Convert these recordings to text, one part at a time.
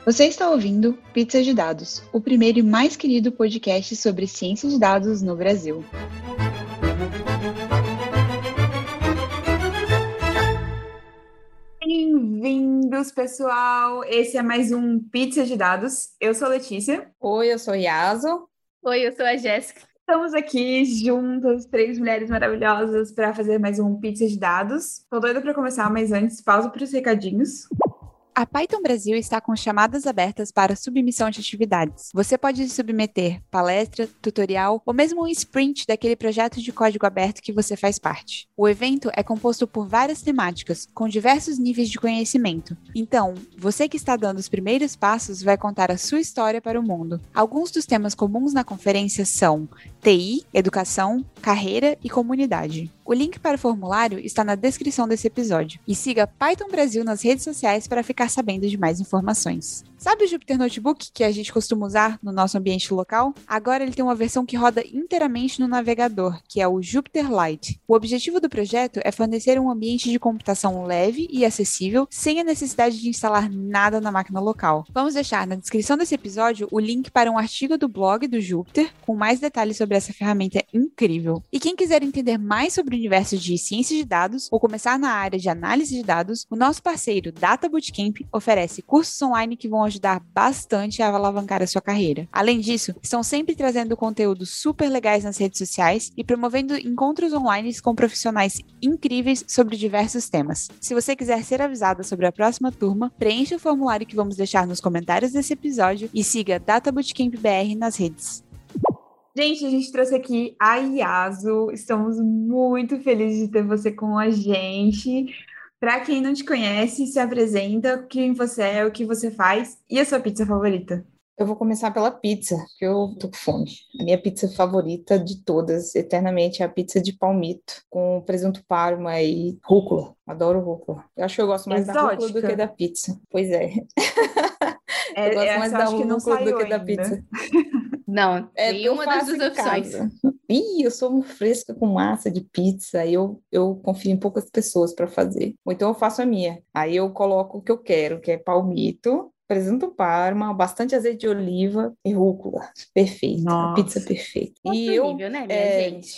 Você está ouvindo Pizza de Dados, o primeiro e mais querido podcast sobre ciência de dados no Brasil. Bem-vindos, pessoal! Esse é mais um Pizza de Dados. Eu sou a Letícia. Oi, eu sou a Yaso. Oi, eu sou a Jéssica. Estamos aqui juntas, três mulheres maravilhosas, para fazer mais um Pizza de Dados. Tô doida para começar, mas antes, pausa para os recadinhos. A Python Brasil está com chamadas abertas para submissão de atividades. Você pode submeter palestra, tutorial ou mesmo um sprint daquele projeto de código aberto que você faz parte. O evento é composto por várias temáticas, com diversos níveis de conhecimento. Então, você que está dando os primeiros passos vai contar a sua história para o mundo. Alguns dos temas comuns na conferência são TI, educação, carreira e comunidade. O link para o formulário está na descrição desse episódio. E siga Python Brasil nas redes sociais para ficar sabendo de mais informações. Sabe o Jupyter Notebook que a gente costuma usar no nosso ambiente local? Agora ele tem uma versão que roda inteiramente no navegador, que é o Jupyter Lite. O objetivo do projeto é fornecer um ambiente de computação leve e acessível, sem a necessidade de instalar nada na máquina local. Vamos deixar na descrição desse episódio o link para um artigo do blog do Jupyter, com mais detalhes sobre essa ferramenta incrível. E quem quiser entender mais sobre o universo de ciência de dados ou começar na área de análise de dados, o nosso parceiro Data Bootcamp oferece cursos online que vão ajudar bastante a alavancar a sua carreira. Além disso, estão sempre trazendo conteúdos super legais nas redes sociais e promovendo encontros online com profissionais incríveis sobre diversos temas. Se você quiser ser avisada sobre a próxima turma, preencha o formulário que vamos deixar nos comentários desse episódio e siga Data Bootcamp BR nas redes. Gente, a gente trouxe aqui a Yaso. Estamos muito felizes de ter você com a gente. Para quem não te conhece, se apresenta, quem você é, o que você faz e a sua pizza favorita. Eu vou começar pela pizza, porque eu tô com fome. A minha pizza favorita de todas, eternamente, é a pizza de palmito, com presunto parma e rúcula. Adoro rúcula. Eu acho que eu gosto mais da rúcula do que da pizza. Pois é. Eu gosto mais da rúcula do que da pizza. Não, nenhuma das duas opções. Eu sou uma fresca com massa de pizza, eu confio em poucas pessoas para fazer. Ou então eu faço a minha. Aí eu coloco o que eu quero, que é palmito, presunto parma, bastante azeite de oliva e rúcula. Perfeito. Nossa. A pizza perfeita. Outro nível, né, minha gente?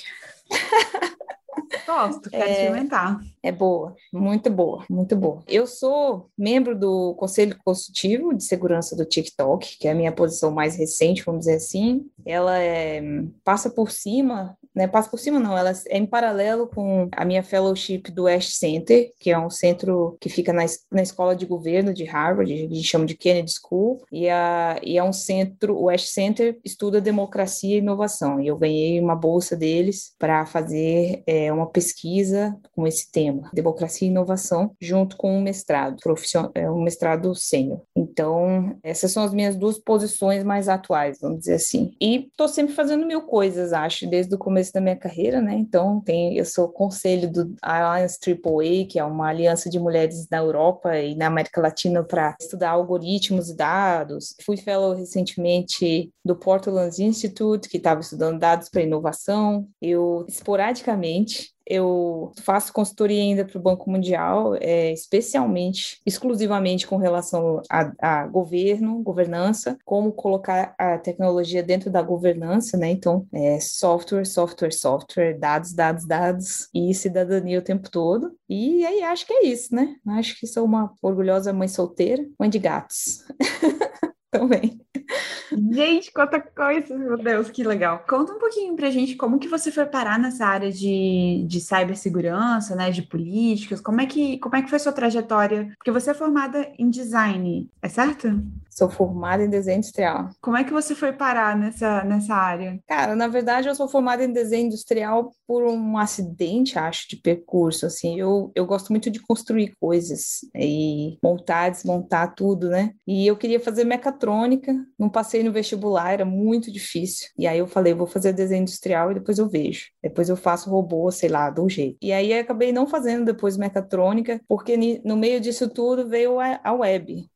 Gosto, quero experimentar. É boa, muito boa, muito boa. Eu sou membro do Conselho Consultivo de Segurança do TikTok, que é a minha posição mais recente, vamos dizer assim. Ela passa por cima, né? Passa por cima não, ela é em paralelo com a minha fellowship do West Center, que é um centro que fica na escola de governo de Harvard, a gente chama de Kennedy School, e é um centro, o West Center estuda democracia e inovação, e eu ganhei uma bolsa deles para fazer uma pesquisa com esse tema, democracia e inovação, junto com um mestrado, um mestrado sênior. Então, essas são as minhas duas posições mais atuais, vamos dizer assim. E estou sempre fazendo mil coisas, acho, desde o começo da minha carreira, né? Então, eu sou conselho do Alliance AAA, que é uma aliança de mulheres na Europa e na América Latina para estudar algoritmos e dados. Fui fellow recentemente do Portland Institute, que estava estudando dados para inovação. Eu, esporadicamente, eu faço consultoria ainda para o Banco Mundial, exclusivamente com relação a governo, governança, como colocar a tecnologia dentro da governança, né? Então, software, dados e cidadania o tempo todo. E aí acho que é isso, né? Acho que sou uma orgulhosa mãe solteira, mãe de gatos. Também. Gente, quanta coisa, meu Deus, que legal. Conta um pouquinho pra gente como que você foi parar nessa área de cibersegurança, né, de políticas, como é que foi sua trajetória? Porque você é formada em design, é certo? Sou formada em desenho industrial. Como é que você foi parar nessa área? Cara, na verdade, eu sou formada em desenho industrial por um acidente, acho, de percurso, assim. Eu gosto muito de construir coisas e montar, desmontar tudo, né? E eu queria fazer mecatrônica, não passei no vestibular, era muito difícil. E aí eu falei, vou fazer desenho industrial e depois eu vejo. Depois eu faço robô, sei lá, de um jeito. E aí eu acabei não fazendo depois mecatrônica, porque no meio disso tudo veio a web.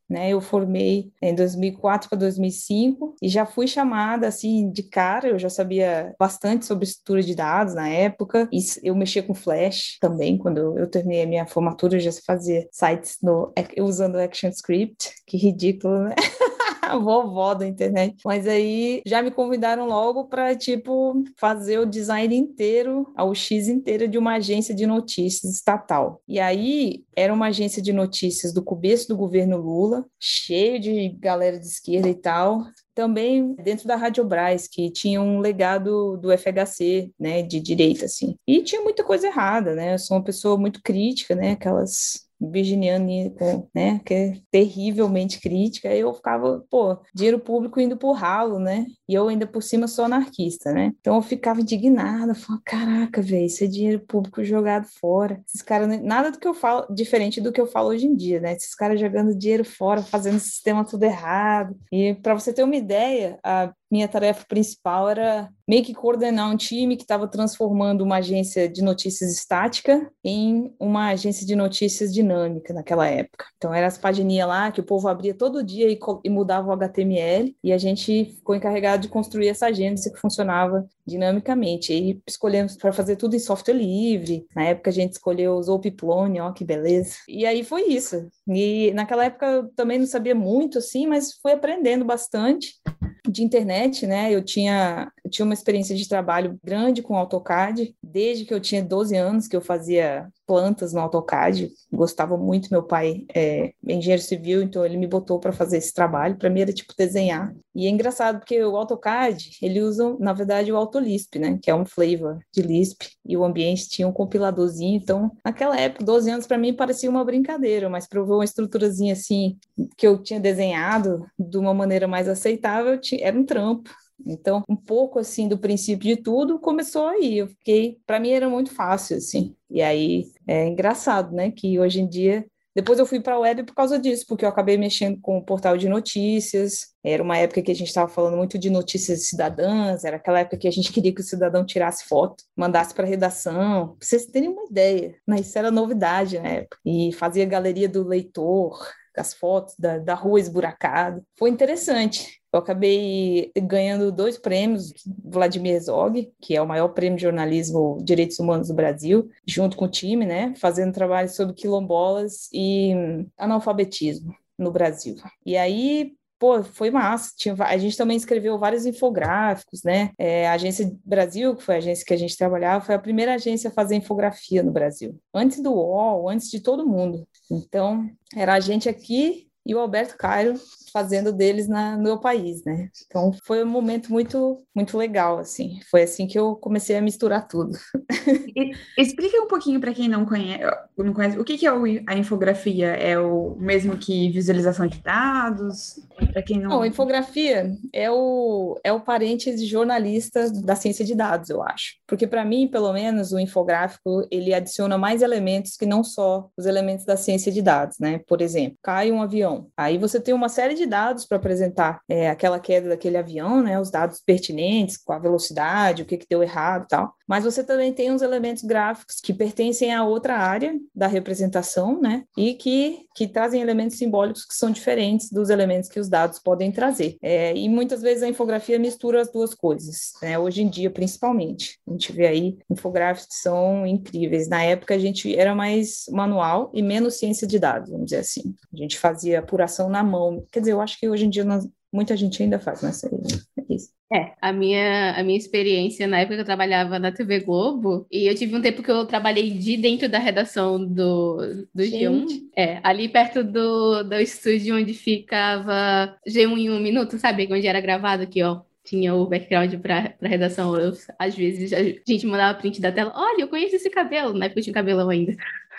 né? Eu formei em 2004 para 2005 e já fui chamada, assim, de cara, eu já sabia bastante sobre estrutura de dados na época, e eu mexia com Flash também, quando eu terminei a minha formatura, eu já fazia sites usando ActionScript, que ridículo, né? A vovó da internet. Mas aí já me convidaram logo para, tipo, fazer o design inteiro, a UX inteira de uma agência de notícias estatal. E aí era uma agência de notícias do começo do governo Lula, cheio de galera de esquerda e tal. Também dentro da Rádio Brás, que tinha um legado do FHC, né, de direita, assim. E tinha muita coisa errada, né? Eu sou uma pessoa muito crítica, né? Aquelas virginiana, né, que é terrivelmente crítica, aí eu ficava, dinheiro público indo pro ralo, né, e eu ainda por cima sou anarquista, né, então eu ficava indignada, falava, caraca, velho, isso é dinheiro público jogado fora, esses caras, nada do que eu falo, diferente do que eu falo hoje em dia, né, esses caras jogando dinheiro fora, fazendo o sistema tudo errado, e para você ter uma ideia, a minha tarefa principal era meio que coordenar um time que estava transformando uma agência de notícias estática em uma agência de notícias dinâmica naquela época. Então, eram as pagininhas lá que o povo abria todo dia e mudava o HTML, e a gente ficou encarregado de construir essa agência que funcionava dinamicamente. E escolhemos para fazer tudo em software livre. Na época, a gente escolheu o Zooplone, ó, que beleza. E aí foi isso. E naquela época, eu também não sabia muito, assim, mas fui aprendendo bastante de internet, né? Eu tinha uma experiência de trabalho grande com AutoCAD, desde que eu tinha 12 anos que eu fazia plantas no AutoCAD, gostava muito, meu pai é engenheiro civil, então ele me botou para fazer esse trabalho, para mim era tipo desenhar, e é engraçado porque o AutoCAD, ele usa, na verdade, o AutoLisp, né, que é um flavor de Lisp, e o ambiente tinha um compiladorzinho, então naquela época, 12 anos, para mim parecia uma brincadeira, mas para eu ver uma estruturazinha assim, que eu tinha desenhado de uma maneira mais aceitável, era um trampo. Então, um pouco assim do princípio de tudo começou aí. Eu fiquei, para mim era muito fácil assim. E aí é engraçado, né, que hoje em dia depois eu fui para a web por causa disso, porque eu acabei mexendo com o portal de notícias. Era uma época que a gente estava falando muito de notícias cidadãs, era aquela época que a gente queria que o cidadão tirasse foto, mandasse para a redação, para vocês terem uma ideia, né? Isso era novidade na época. E fazia galeria do leitor, as fotos da rua esburacada. Foi interessante. Eu acabei ganhando 2 prêmios, Vladimir Herzog, que é o maior prêmio de jornalismo direitos humanos do Brasil, junto com o time, né, fazendo trabalho sobre quilombolas e analfabetismo no Brasil. E aí, foi massa. A gente também escreveu vários infográficos, né? A Agência Brasil, que foi a agência que a gente trabalhava, foi a primeira agência a fazer infografia no Brasil. Antes do UOL, antes de todo mundo. Então, era a gente aqui e o Alberto Cairo fazendo deles no meu país, né? Então, foi um momento muito, muito legal, assim. Foi assim que eu comecei a misturar tudo. Explica um pouquinho para quem não conhece, o que é a infografia? É o mesmo que visualização de dados? Para quem não... Não, a infografia é o parente de jornalista da ciência de dados, eu acho. Porque, para mim, pelo menos, o infográfico, ele adiciona mais elementos que não só os elementos da ciência de dados, né? Por exemplo, cai um avião. Aí você tem uma série de dados para apresentar aquela queda daquele avião, né? Os dados pertinentes, com a velocidade, o que deu errado e tal. Mas você também tem uns elementos gráficos que pertencem a outra área da representação, né? E que trazem elementos simbólicos que são diferentes dos elementos que os dados podem trazer. E muitas vezes a infografia mistura as duas coisas, né? Hoje em dia, principalmente. A gente vê aí infográficos que são incríveis. Na época, a gente era mais manual e menos ciência de dados, vamos dizer assim. A gente fazia apuração na mão. Quer dizer, eu acho que hoje em dia muita gente ainda faz, mas é isso. A minha experiência na época que eu trabalhava na TV Globo, e eu tive um tempo que eu trabalhei de dentro da redação do G1, ali perto do estúdio onde ficava G1 em 1 minuto, sabe? Onde era gravado aqui, ó. Tinha o background pra redação. Às vezes a gente mandava print da tela. Olha, eu conheço esse cabelo. Na época eu tinha cabelão ainda.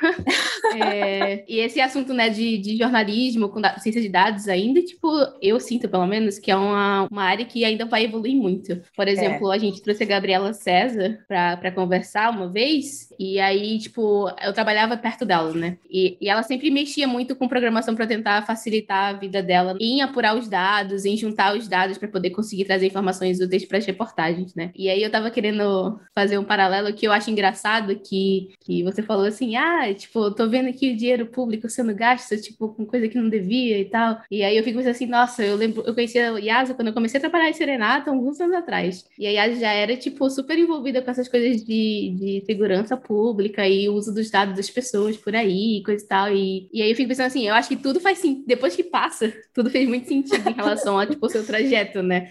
E esse assunto, né, de jornalismo com ciência de dados ainda, tipo, eu sinto, pelo menos, que é uma área que ainda vai evoluir muito. Por exemplo, a gente trouxe a Gabriela César pra conversar uma vez, e aí, tipo, eu trabalhava perto dela, né? E ela sempre mexia muito com programação para tentar facilitar a vida dela em apurar os dados, em juntar os dados para poder conseguir trazer informações úteis para as reportagens, né? E aí eu tava querendo fazer um paralelo que eu acho engraçado, que você falou assim, tipo, tô vendo aqui o dinheiro público sendo gasto, tipo, com coisa que não devia e tal. E aí eu fico pensando assim, nossa, eu lembro, eu conheci a Yasa quando eu comecei a trabalhar em Serenata, alguns anos atrás. E a Yasa já era, tipo, super envolvida com essas coisas de segurança pública e o uso dos dados das pessoas por aí, coisa e tal. E aí eu fico pensando assim, eu acho que tudo faz sentido, depois que passa, tudo fez muito sentido em relação a, tipo, o seu trajeto, né?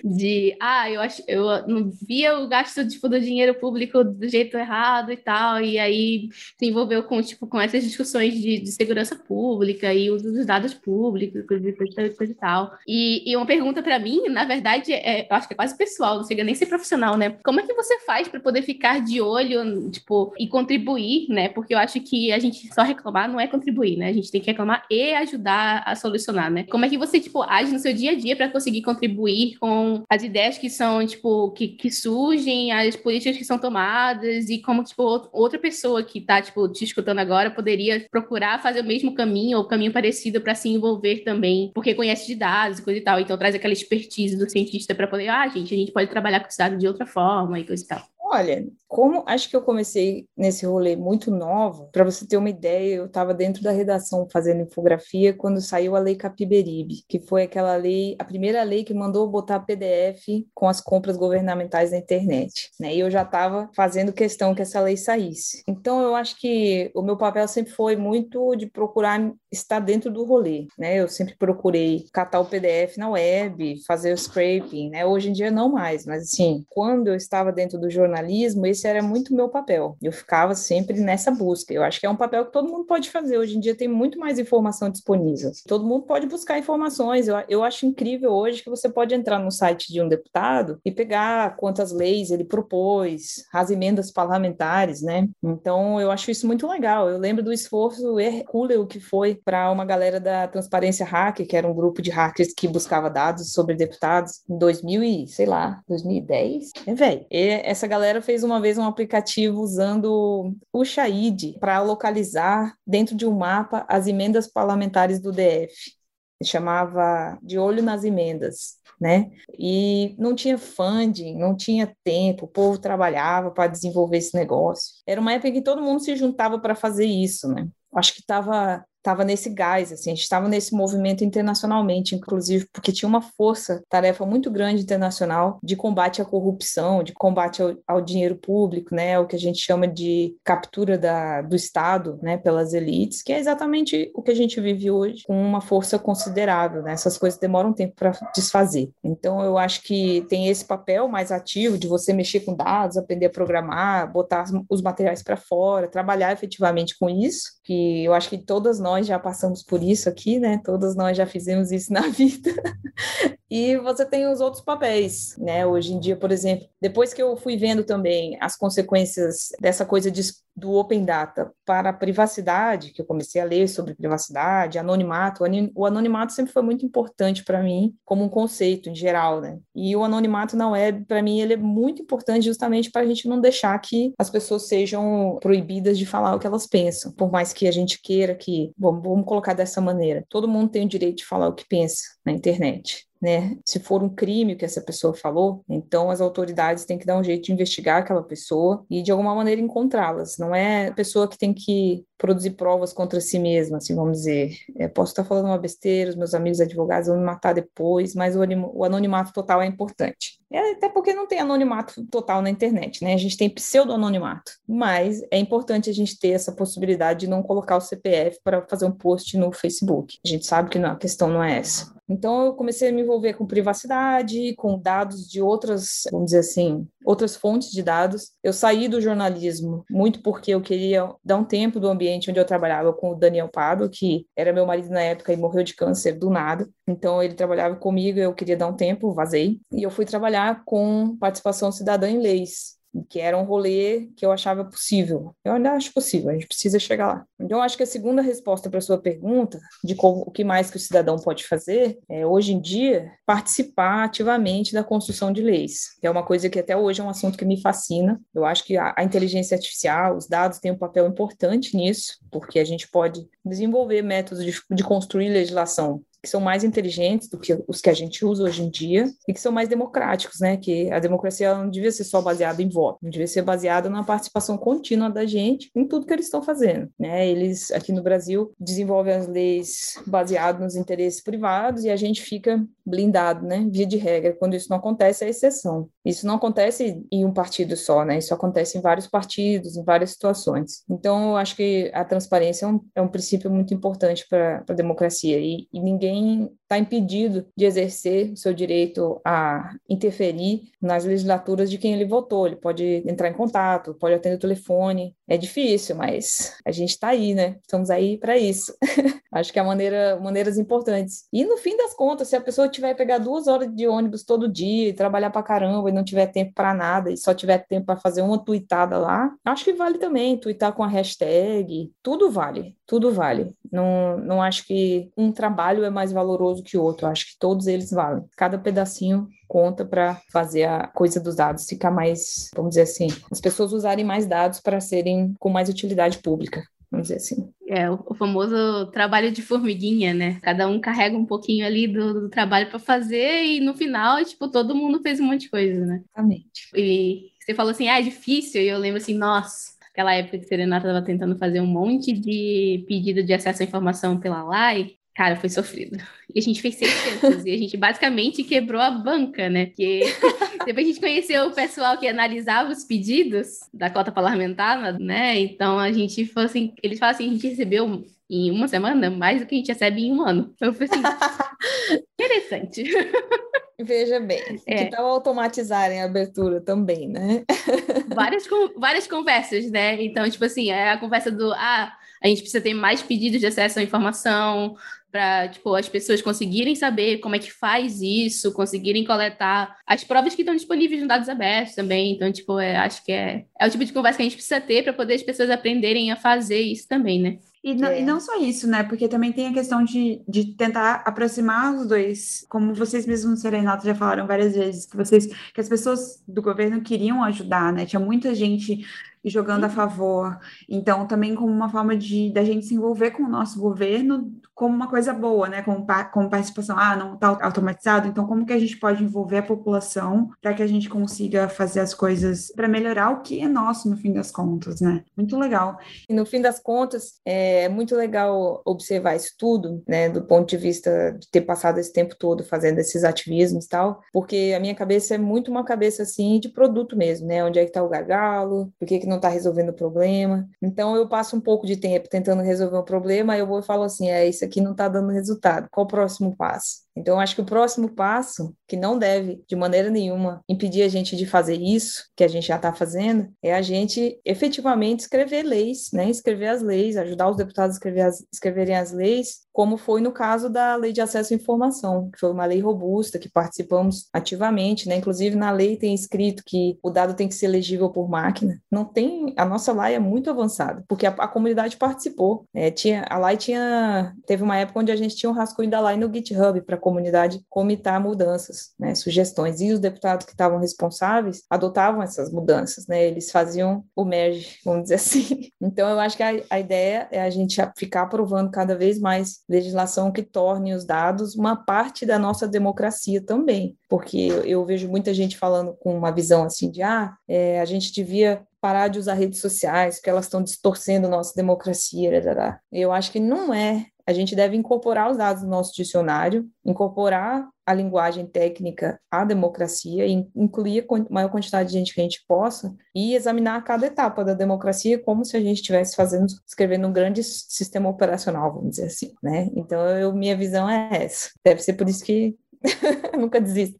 Eu não via o gasto, tipo, do dinheiro público do jeito errado e tal, e aí se envolveu com, tipo, com essas discussões de segurança pública e uso dos dados públicos, coisa e tal. E uma pergunta para mim, na verdade, eu acho que é quase pessoal, não chega nem a ser profissional, né? Como é que você faz para poder ficar de olho, tipo, e contribuir, né? Porque eu acho que a gente só reclamar não é contribuir, né? A gente tem que reclamar e ajudar a solucionar, né? Como é que você, tipo, age no seu dia a dia para conseguir contribuir com as ideias que são, tipo, que surgem, as políticas que são tomadas e como, tipo, outra pessoa que tá, tipo, te escutando agora poderia procurar fazer o mesmo caminho ou caminho parecido para se envolver também, porque conhece de dados e coisa e tal. Então traz aquela expertise do cientista para poder, a gente pode trabalhar com esse dado de outra forma e coisa e tal. Olha, como acho que eu comecei nesse rolê muito nova, para você ter uma ideia, eu estava dentro da redação fazendo infografia quando saiu a Lei Capiberibe, que foi aquela lei, a primeira lei que mandou botar PDF com as compras governamentais na internet, né? E eu já estava fazendo questão que essa lei saísse. Então, eu acho que o meu papel sempre foi muito de procurar estar dentro do rolê, né? Eu sempre procurei catar o PDF na web, fazer o scraping, né? Hoje em dia não mais, mas assim, quando eu estava dentro do jornalismo, esse era muito meu papel. Eu ficava sempre nessa busca. Eu acho que é um papel que todo mundo pode fazer. Hoje em dia tem muito mais informação disponível. Todo mundo pode buscar informações. Eu acho incrível hoje que você pode entrar no site de um deputado e pegar quantas leis ele propôs, as emendas parlamentares, né? Então, eu acho isso muito legal. Eu lembro do esforço hercúleo que foi para uma galera da Transparência Hacker, que era um grupo de hackers que buscava dados sobre deputados em 2010? Velho. Essa galera fez uma vez um aplicativo usando o Shahid para localizar dentro de um mapa as emendas parlamentares do DF. Chamava De Olho nas Emendas, né? E não tinha funding, não tinha tempo, o povo trabalhava para desenvolver esse negócio. Era uma época em que todo mundo se juntava para fazer isso, né? Acho que estava nesse gás, assim, a gente estava nesse movimento internacionalmente, inclusive, porque tinha uma força-tarefa muito grande internacional de combate à corrupção, de combate ao dinheiro público, né, o que a gente chama de captura do Estado, né, pelas elites, que é exatamente o que a gente vive hoje, com uma força considerável, né, essas coisas demoram um tempo para desfazer. Então, eu acho que tem esse papel mais ativo de você mexer com dados, aprender a programar, botar os materiais para fora, trabalhar efetivamente com isso, que eu acho que todas nós já passamos por isso aqui, né? Todas nós já fizemos isso na vida. E você tem os outros papéis, né? Hoje em dia, por exemplo, depois que eu fui vendo também as consequências dessa coisa do Open Data para a privacidade, que eu comecei a ler sobre privacidade, anonimato, o anonimato sempre foi muito importante para mim, como um conceito em geral, né? E o anonimato na web, para mim, ele é muito importante justamente para a gente não deixar que as pessoas sejam proibidas de falar o que elas pensam, por mais que a gente queira que, bom, vamos colocar dessa maneira, todo mundo tem o direito de falar o que pensa na internet, né? Se for um crime que essa pessoa falou, então as autoridades têm que dar um jeito de investigar aquela pessoa e de alguma maneira encontrá-las. Não é a pessoa que tem que produzir provas contra si mesma, assim, vamos dizer. Posso estar falando uma besteira, os meus amigos advogados vão me matar depois, mas o anonimato total é importante. Até porque não tem anonimato total na internet, né? A gente tem pseudo-anonimato, mas é importante a gente ter essa possibilidade de não colocar o CPF para fazer um post no Facebook. A gente sabe que a questão não é essa. Então, eu comecei a me envolver com privacidade, com dados de outras, vamos dizer assim, outras fontes de dados. Eu saí do jornalismo muito porque eu queria dar um tempo do ambiente onde eu trabalhava com o Daniel Pado, que era meu marido na época e morreu de câncer do nada. Então, ele trabalhava comigo, eu queria dar um tempo, vazei. E eu fui trabalhar com participação cidadã em leis, que era um rolê que eu achava possível. Eu ainda acho possível, a gente precisa chegar lá. Então, eu acho que a segunda resposta para a sua pergunta, de o que mais que o cidadão pode fazer, é, hoje em dia, participar ativamente da construção de leis, que é uma coisa que até hoje é um assunto que me fascina. Eu acho que a inteligência artificial, os dados têm um papel importante nisso, porque a gente pode desenvolver métodos de construir legislação que são mais inteligentes do que os que a gente usa hoje em dia e que são mais democráticos, né? Que a democracia ela não devia ser só baseada em voto, não devia ser baseada na participação contínua da gente em tudo que eles estão fazendo, né? Eles, aqui no Brasil, desenvolvem as leis baseadas nos interesses privados e a gente fica blindado, né? Via de regra. Quando isso não acontece, é exceção. Isso não acontece em um partido só, né? Isso acontece em vários partidos, em várias situações. Então, eu acho que a transparência é um princípio muito importante para a democracia e ninguém está impedido de exercer o seu direito a interferir nas legislaturas de quem ele votou. Ele pode entrar em contato, pode atender o telefone. É difícil, mas a gente está aí, né? Estamos aí para isso. Acho que é maneiras importantes. E no fim das contas, se a pessoa tiver que pegar 2 horas de ônibus todo dia e trabalhar para caramba e não tiver tempo para nada e só tiver tempo para fazer uma tuitada lá, acho que vale também tuitar com a hashtag. Tudo vale, tudo vale. Não acho que um trabalho é mais valoroso que o outro. Acho que todos eles valem. Cada pedacinho conta para fazer a coisa dos dados ficar mais, vamos dizer assim, as pessoas usarem mais dados para serem com mais utilidade pública. Vamos dizer assim. O famoso trabalho de formiguinha, né? Cada um carrega um pouquinho ali do trabalho para fazer e no final, tipo, todo mundo fez um monte de coisa, né? Exatamente. E você falou assim, é difícil, e eu lembro assim, nossa, aquela época que a Serenata estava tentando fazer um monte de pedido de acesso à informação pela LAI, cara, foi sofrido. E a gente fez 600, e a gente basicamente quebrou a banca, né? Porque depois a gente conheceu o pessoal que analisava os pedidos da cota parlamentar, né? Então a gente falou assim, eles falam assim, a gente recebeu em uma semana mais do que a gente recebe em um ano. Eu falei assim, interessante. Veja bem, que tal automatizarem a abertura também, né? Várias conversas, né? Então, tipo assim, é a conversa do a gente precisa ter mais pedidos de acesso à informação para, tipo, as pessoas conseguirem saber como é que faz isso, conseguirem coletar as provas que estão disponíveis nos dados abertos também. Então, tipo, acho que é o tipo de conversa que a gente precisa ter para poder as pessoas aprenderem a fazer isso também, né? E não só isso, né? Porque também tem a questão de tentar aproximar os dois. Como vocês mesmos, Serenata, já falaram várias vezes, que as pessoas do governo queriam ajudar, né? Tinha muita gente jogando a favor. Então, também como uma forma da gente se envolver com o nosso governo como uma coisa boa, né? Como participação. Não está automatizado, então como que a gente pode envolver a população para que a gente consiga fazer as coisas para melhorar o que é nosso, no fim das contas, né? Muito legal. E no fim das contas, é muito legal observar isso tudo, né? Do ponto de vista de ter passado esse tempo todo fazendo esses ativismos e tal, porque a minha cabeça é muito uma cabeça, assim, de produto mesmo, né? Onde é que está o gargalo? Por que não está resolvendo o problema? Então, eu passo um pouco de tempo tentando resolver um problema, aí eu vou e falo assim, isso aqui não está dando resultado. Qual o próximo passo? Então, eu acho que o próximo passo, que não deve, de maneira nenhuma, impedir a gente de fazer isso, que a gente já está fazendo, é a gente efetivamente escrever leis, né? Escrever as leis, ajudar os deputados a escreverem as leis, como foi no caso da Lei de Acesso à Informação, que foi uma lei robusta, que participamos ativamente, né? Inclusive, na lei tem escrito que o dado tem que ser legível por máquina. Não tem, a nossa lei é muito avançada, porque a comunidade participou. A lei teve uma época onde a gente tinha um rascunho da lei no GitHub para a comunidade comitar mudanças, né? Sugestões, e os deputados que estavam responsáveis adotavam essas mudanças, né? Eles faziam o merge, vamos dizer assim. Então, eu acho que a ideia é a gente ficar aprovando cada vez mais legislação que torne os dados uma parte da nossa democracia também, porque eu vejo muita gente falando com uma visão assim de a gente devia parar de usar redes sociais, porque elas estão distorcendo a nossa democracia. Eu acho que não é. A gente deve incorporar os dados no nosso dicionário, incorporar a linguagem técnica à democracia, e incluir a maior quantidade de gente que a gente possa, e examinar cada etapa da democracia como se a gente estivesse escrevendo um grande sistema operacional, vamos dizer assim, né? Então, minha visão é essa. Deve ser por isso que eu nunca desisto.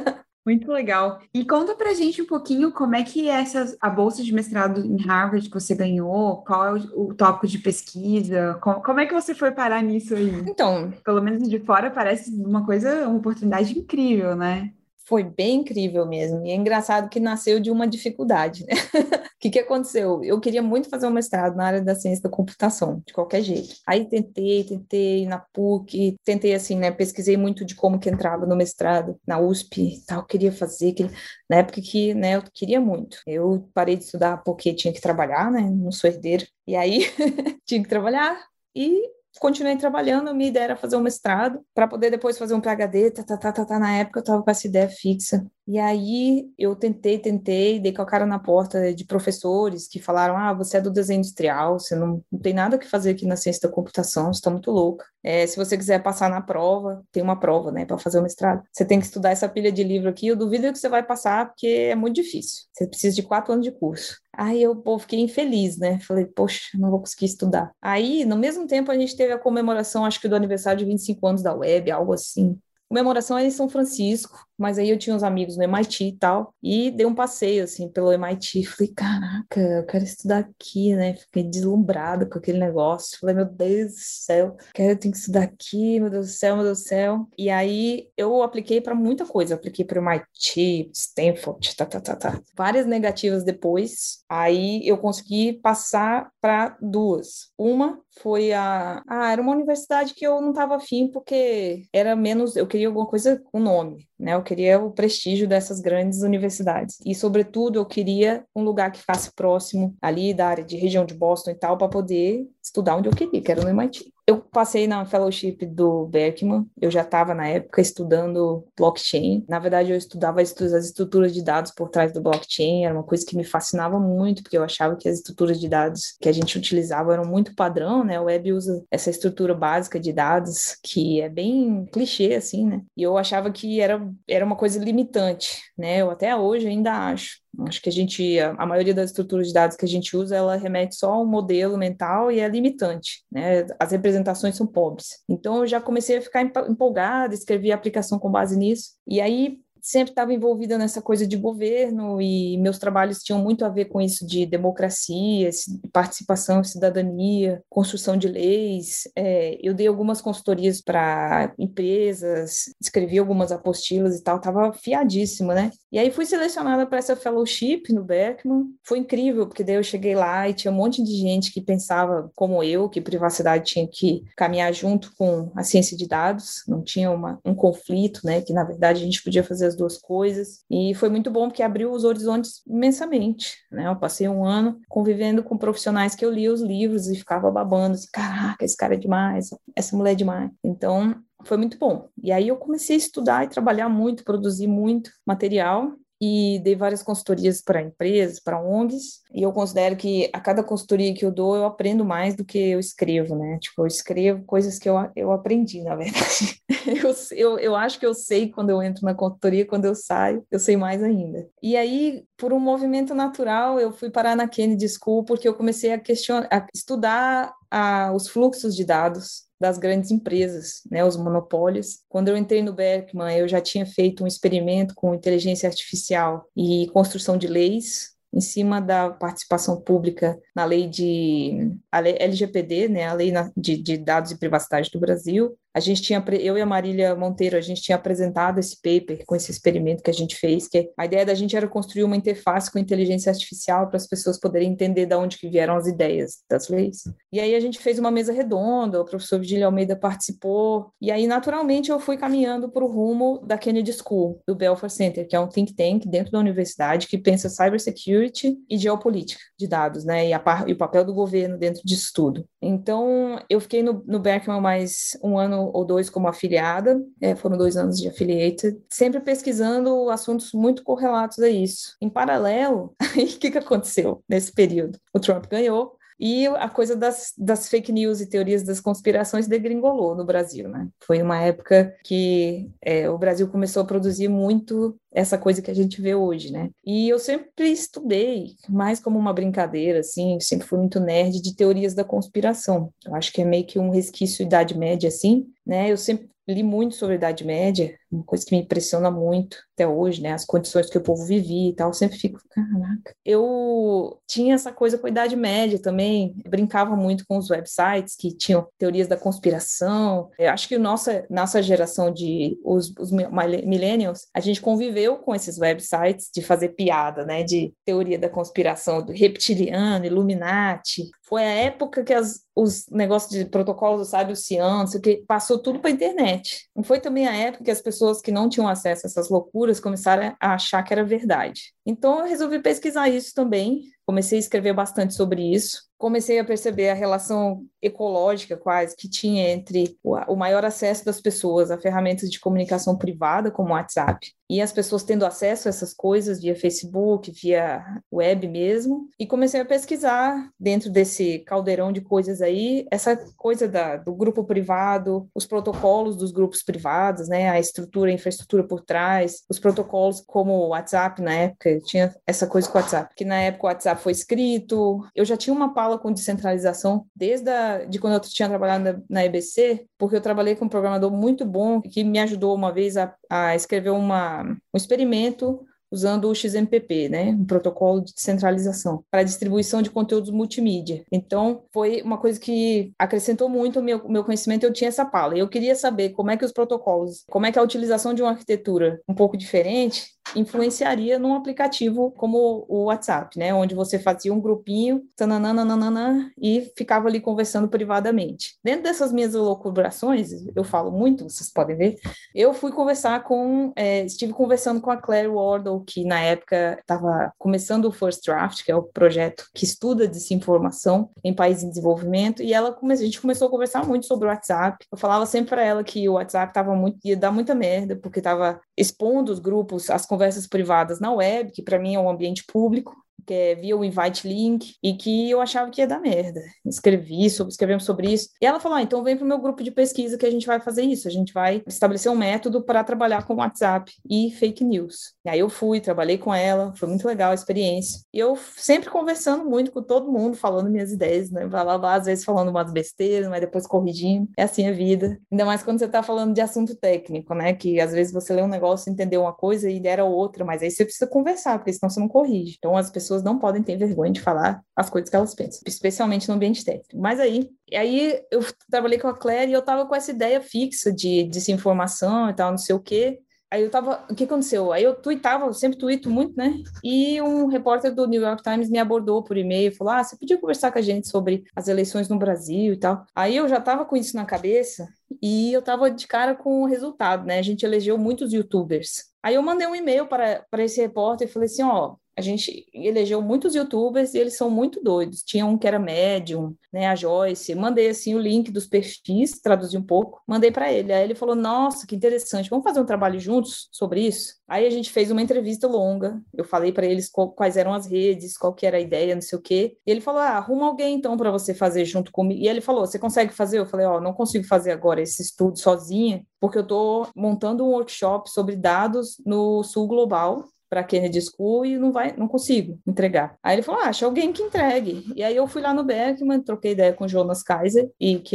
Muito legal. E conta pra gente um pouquinho como é que é a bolsa de mestrado em Harvard que você ganhou, qual é o tópico de pesquisa, como é que você foi parar nisso aí? Então, pelo menos de fora parece uma oportunidade incrível, né? Foi bem incrível mesmo, e é engraçado que nasceu de uma dificuldade, né? O que aconteceu? Eu queria muito fazer um mestrado na área da ciência da computação, de qualquer jeito. Aí tentei na PUC, tentei assim, né? Pesquisei muito de como que entrava no mestrado, na USP e tal, queria fazer, na época que, né, eu queria muito. Eu parei de estudar porque tinha que trabalhar, né? Não sou herdeira. E aí, tinha que trabalhar e continuei trabalhando, a minha ideia era fazer um mestrado, para poder depois fazer um PhD, na época eu estava com essa ideia fixa. E aí eu tentei, dei com a cara na porta de professores que falaram, você é do desenho industrial, você não tem nada que fazer aqui na ciência da computação, você está muito louca. Se você quiser passar na prova, tem uma prova, né, para fazer o mestrado, você tem que estudar essa pilha de livro aqui, eu duvido que você vai passar, porque é muito difícil, você precisa de 4 anos de curso. Aí eu fiquei infeliz, né? Falei, poxa, não vou conseguir estudar. Aí, no mesmo tempo, a gente teve a comemoração, acho que do aniversário de 25 anos da web, algo assim. Comemoração era em São Francisco, mas aí eu tinha uns amigos no MIT e tal, e dei um passeio, assim, pelo MIT. Falei, caraca, eu quero estudar aqui, né? Fiquei deslumbrada com aquele negócio. Falei, meu Deus do céu, eu tenho que estudar aqui, meu Deus do céu, meu Deus do céu. E aí eu apliquei para muita coisa. Eu apliquei para o MIT, Stanford, Várias negativas depois, aí eu consegui passar para 2. Uma foi era uma universidade que eu não estava afim, porque era menos, eu queria alguma coisa com nome, né? Eu queria o prestígio dessas grandes universidades. E, sobretudo, eu queria um lugar que ficasse próximo ali da área de região de Boston e tal, para poder estudar onde eu queria, que era no MIT. Eu passei na fellowship do Berkman, eu já estava na época estudando blockchain. Na verdade, eu estudava as estruturas de dados por trás do blockchain, era uma coisa que me fascinava muito, porque eu achava que as estruturas de dados que a gente utilizava eram muito padrão, né? O web usa essa estrutura básica de dados, que é bem clichê, assim, né? E eu achava que era uma coisa limitante, né? Eu até hoje ainda acho. Acho que a maioria das estruturas de dados que a gente usa, ela remete só a um modelo mental e é limitante, né? As representações são pobres. Então, eu já comecei a ficar empolgada, escrevi a aplicação com base nisso. E aí, sempre estava envolvida nessa coisa de governo e meus trabalhos tinham muito a ver com isso de democracia, participação, cidadania, construção de leis. Eu dei algumas consultorias para empresas, escrevi algumas apostilas e tal, estava afiadíssima, né? E aí fui selecionada para essa fellowship no Berkman. Foi incrível, porque daí eu cheguei lá e tinha um monte de gente que pensava como eu, que privacidade tinha que caminhar junto com a ciência de dados, não tinha um conflito, né? Que na verdade a gente podia fazer as 2 coisas, e foi muito bom porque abriu os horizontes imensamente, né? Eu passei 1 ano convivendo com profissionais que eu lia os livros e ficava babando, assim, caraca, esse cara é demais, essa mulher é demais. Então, foi muito bom. E aí eu comecei a estudar e trabalhar muito, produzir muito material, e dei várias consultorias para empresas, para ONGs, e eu considero que a cada consultoria que eu dou, eu aprendo mais do que eu escrevo, né? Tipo, eu escrevo coisas que eu aprendi, na verdade. Eu acho que eu sei quando eu entro na consultoria, quando eu saio, eu sei mais ainda. E aí, por um movimento natural, eu fui parar na Kennedy School, porque eu comecei a estudar os fluxos de dados das grandes empresas, né, os monopólios. Quando eu entrei no Berkman, eu já tinha feito um experimento com inteligência artificial e construção de leis em cima da participação pública na lei LGPD, né, a Lei de Dados e Privacidade do Brasil. Eu e a Marília Monteiro, a gente tinha apresentado esse paper com esse experimento que a gente fez, que a ideia da gente era construir uma interface com inteligência artificial para as pessoas poderem entender de onde que vieram as ideias das leis. E aí a gente fez uma mesa redonda, o professor Virgílio Almeida participou, e aí naturalmente eu fui caminhando para o rumo da Kennedy School, do Belfer Center, que é um think tank dentro da universidade que pensa cybersecurity e geopolítica de dados, né, e o papel do governo dentro disso tudo. Então, eu fiquei no Berkman mais 1 ano ou 2 como afiliada, foram 2 anos de affiliated, sempre pesquisando assuntos muito correlatos a isso. Em paralelo, o que aconteceu nesse período? O Trump ganhou, e a coisa das fake news e teorias das conspirações degringolou no Brasil, né? Foi uma época que o Brasil começou a produzir muito essa coisa que a gente vê hoje, né? E eu sempre estudei, mais como uma brincadeira, assim, sempre fui muito nerd de teorias da conspiração. Eu acho que é meio que um resquício da Idade Média, assim, né? Eu sempre li muito sobre a Idade Média, uma coisa que me impressiona muito até hoje, né? As condições que o povo vivia e tal, eu sempre fico, caraca. Eu tinha essa coisa com a Idade Média também, eu brincava muito com os websites que tinham teorias da conspiração. Eu acho que nossa geração os millennials, a gente conviveu com esses websites de fazer piada, né? De teoria da conspiração, do reptiliano, Illuminati. Foi a época que os negócios de protocolos do Sábio Cian, que passou tudo para a internet. Não foi também a época que as pessoas que não tinham acesso a essas loucuras começaram a achar que era verdade. Então, eu resolvi pesquisar isso também, comecei a escrever bastante sobre isso. Comecei a perceber a relação ecológica quase que tinha entre o maior acesso das pessoas a ferramentas de comunicação privada, como o WhatsApp, e as pessoas tendo acesso a essas coisas via Facebook, via web mesmo, e comecei a pesquisar dentro desse caldeirão de coisas aí, essa coisa do grupo privado, os protocolos dos grupos privados, né, a infraestrutura por trás, os protocolos como o WhatsApp na época, tinha essa coisa com o WhatsApp, que na época o WhatsApp foi escrito, eu já tinha uma pala com descentralização de quando eu tinha trabalhado na EBC, porque eu trabalhei com um programador muito bom que me ajudou uma vez a escrever um experimento usando o XMPP, né, um protocolo de descentralização para distribuição de conteúdos multimídia. Então, foi uma coisa que acrescentou muito o meu conhecimento, eu tinha essa pala. Eu queria saber como é que os protocolos, como é que a utilização de uma arquitetura um pouco diferente influenciaria num aplicativo como o WhatsApp, né, onde você fazia um grupinho, tananana, e ficava ali conversando privadamente. Dentro dessas minhas elucubrações, eu falo muito, vocês podem ver, eu fui estive conversando com a Claire Wardle, que na época estava começando o First Draft, que é o projeto que estuda desinformação em países em desenvolvimento, e a gente começou a conversar muito sobre o WhatsApp. Eu falava sempre para ela que o WhatsApp ia dar muita merda, porque estava expondo os grupos, as conversas privadas na web, que para mim é um ambiente público, que é via o invite link, e que eu achava que ia dar merda. Escrevemos sobre isso. E ela falou, então vem para o meu grupo de pesquisa que a gente vai fazer isso. A gente vai estabelecer um método para trabalhar com WhatsApp e fake news. E aí eu trabalhei com ela, foi muito legal a experiência. E eu sempre conversando muito com todo mundo, falando minhas ideias, né? Às vezes falando umas besteiras, mas depois corrigindo. É assim a vida. Ainda mais quando você está falando de assunto técnico, né? Que às vezes você lê um negócio, entendeu uma coisa e era outra, mas aí você precisa conversar, porque senão você não corrige. Então as pessoas não podem ter vergonha de falar as coisas que elas pensam, especialmente no ambiente técnico. Mas aí eu trabalhei com a Claire e eu tava com essa ideia fixa de desinformação e tal, não sei o quê. O que aconteceu? Aí eu sempre tuito muito, né? E um repórter do New York Times me abordou por e-mail, falou, você podia conversar com a gente sobre as eleições no Brasil e tal. Aí eu já tava com isso na cabeça e eu tava de cara com o resultado, né? A gente elegeu muitos YouTubers. Aí eu mandei um e-mail para esse repórter e falei assim, a gente elegeu muitos YouTubers e eles são muito doidos. Tinha um que era médium, né, a Joyce. Mandei, assim, o link dos perfis, traduzi um pouco, mandei para ele. Aí ele falou, nossa, que interessante, vamos fazer um trabalho juntos sobre isso? Aí a gente fez uma entrevista longa. Eu falei para eles quais eram as redes, qual que era a ideia, não sei o quê. E ele falou, arruma alguém, então, para você fazer junto comigo. E ele falou, você consegue fazer? Eu falei, não consigo fazer agora esse estudo sozinha, porque eu estou montando um workshop sobre dados no Sul Global, para Kennedy School e não consigo entregar. Aí ele falou, acha alguém que entregue. E aí eu fui lá no Beckman, troquei ideia com o Jonas Kaiser,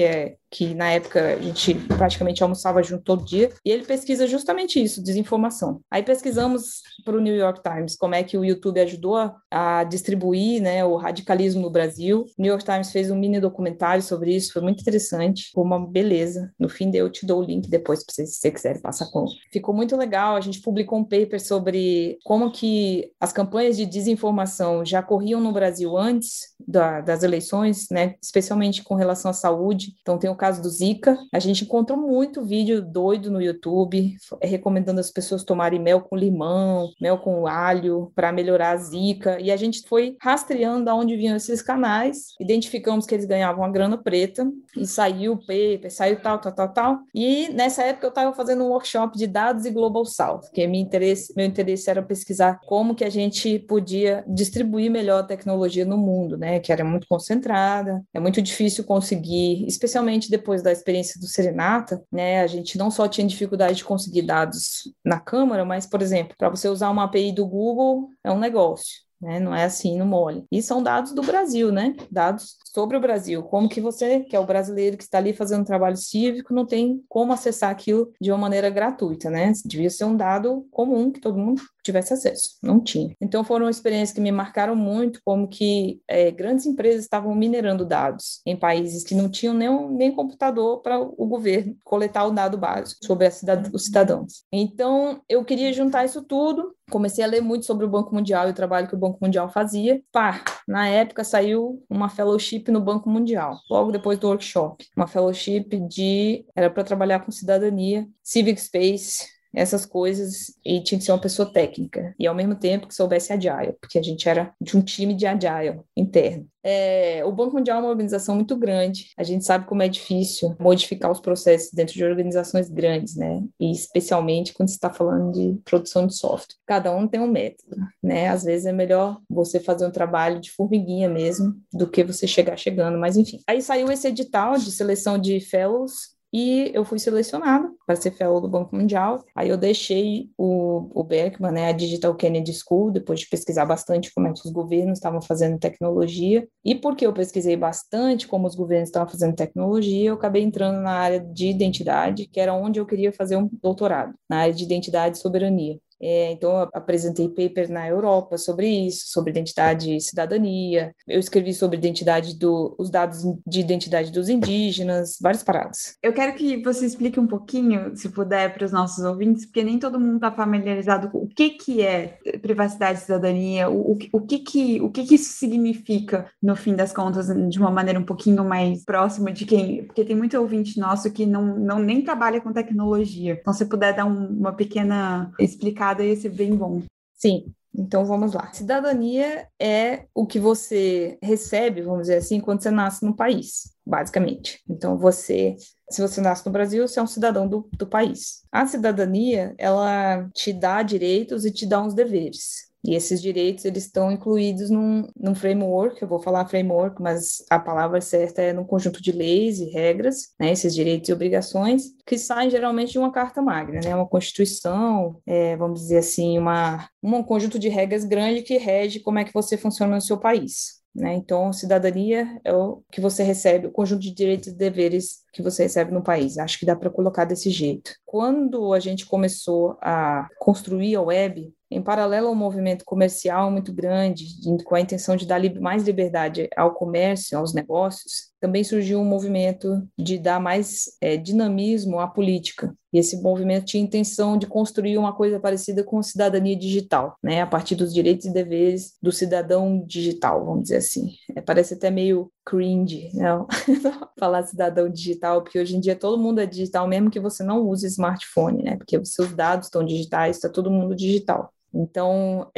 que na época a gente praticamente almoçava junto todo dia, e ele pesquisa justamente isso, desinformação. Aí pesquisamos para o New York Times como é que o YouTube ajudou a distribuir, né, o radicalismo no Brasil. O New York Times fez um mini documentário sobre isso, foi muito interessante, foi uma beleza. No fim, eu te dou o link depois, se você quiser passar com. Ficou muito legal, a gente publicou um paper sobre como que as campanhas de desinformação já corriam no Brasil antes das eleições, né, especialmente com relação à saúde. Então tem o caso do Zika. A gente encontrou muito vídeo doido no YouTube, recomendando as pessoas tomarem mel com limão, mel com alho, para melhorar a Zika. E a gente foi rastreando aonde vinham esses canais, identificamos que eles ganhavam a grana preta, e saiu o paper, saiu tal. E nessa época eu estava fazendo um workshop de dados e Global South, que meu interesse era pesquisar como que a gente podia distribuir melhor a tecnologia no mundo, né? Que era muito concentrada, é muito difícil conseguir, especialmente depois da experiência do Serenata, né? A gente não só tinha dificuldade de conseguir dados na Câmara, mas, por exemplo, para você usar uma API do Google, é um negócio. Né? Não é assim, no mole. E são dados do Brasil, né? Dados sobre o Brasil. Como que você, que é o brasileiro que está ali fazendo um trabalho cívico, não tem como acessar aquilo de uma maneira gratuita, né? Devia ser um dado comum que todo mundo tivesse acesso. Não tinha. Então foram experiências que me marcaram muito, como que grandes empresas estavam minerando dados em países que não tinham nem computador para o governo coletar o dado básico sobre os cidadãos. Então eu queria juntar isso tudo. Comecei a ler muito sobre o Banco Mundial e o trabalho que o Banco Mundial fazia. Na época saiu uma fellowship no Banco Mundial, logo depois do workshop. Uma fellowship era para trabalhar com cidadania, civic space, essas coisas e tinha que ser uma pessoa técnica e ao mesmo tempo que soubesse Agile, porque a gente era de um time de Agile interno. O Banco Mundial é uma organização muito grande, a gente sabe como é difícil modificar os processos dentro de organizações grandes, né? E especialmente quando você está falando de produção de software. Cada um tem um método, né? Às vezes é melhor você fazer um trabalho de formiguinha mesmo do que você chegar chegando, mas enfim. Aí saiu esse edital de seleção de fellows e eu fui selecionada para ser fellow do Banco Mundial. Aí eu deixei o Berkman, né, a Digital Kennedy School, depois de pesquisar bastante como é que os governos estavam fazendo tecnologia. E porque eu pesquisei bastante como os governos estavam fazendo tecnologia, eu acabei entrando na área de identidade, que era onde eu queria fazer um doutorado, na área de identidade e soberania. Então, eu apresentei paper na Europa sobre isso, sobre identidade e cidadania. Eu escrevi sobre os dados de identidade dos indígenas, várias paradas. Eu quero que você explique um pouquinho, se puder, para os nossos ouvintes, porque nem todo mundo está familiarizado com o que é privacidade e cidadania, o que isso significa, no fim das contas, de uma maneira um pouquinho mais próxima de quem... Porque tem muito ouvinte nosso que não nem trabalha com tecnologia. Então, se puder dar uma pequena explicada, ia ser bem bom. Sim, então vamos lá. Cidadania é o que você recebe, vamos dizer assim, quando você nasce no país, basicamente. Então se você nasce no Brasil, você é um cidadão do país. A cidadania, ela te dá direitos e te dá uns deveres. E esses direitos, eles estão incluídos num framework, eu vou falar framework, mas a palavra certa é num conjunto de leis e regras, né, esses direitos e obrigações, que saem geralmente de uma carta magna, né, uma constituição, vamos dizer assim, um conjunto de regras grande que rege como é que você funciona no seu país. Né? Então, cidadania é o que você recebe, o conjunto de direitos e deveres que você recebe no país. Acho que dá para colocar desse jeito. Quando a gente começou a construir a web, em paralelo ao movimento comercial muito grande, com a intenção de dar mais liberdade ao comércio, aos negócios, também surgiu um movimento de dar mais dinamismo à política. E esse movimento tinha a intenção de construir uma coisa parecida com a cidadania digital, né? A partir dos direitos e deveres do cidadão digital, vamos dizer assim. Parece até meio cringe, não? Falar cidadão digital, porque hoje em dia todo mundo é digital, mesmo que você não use smartphone, né? Porque os seus dados estão digitais, está todo mundo digital. Então,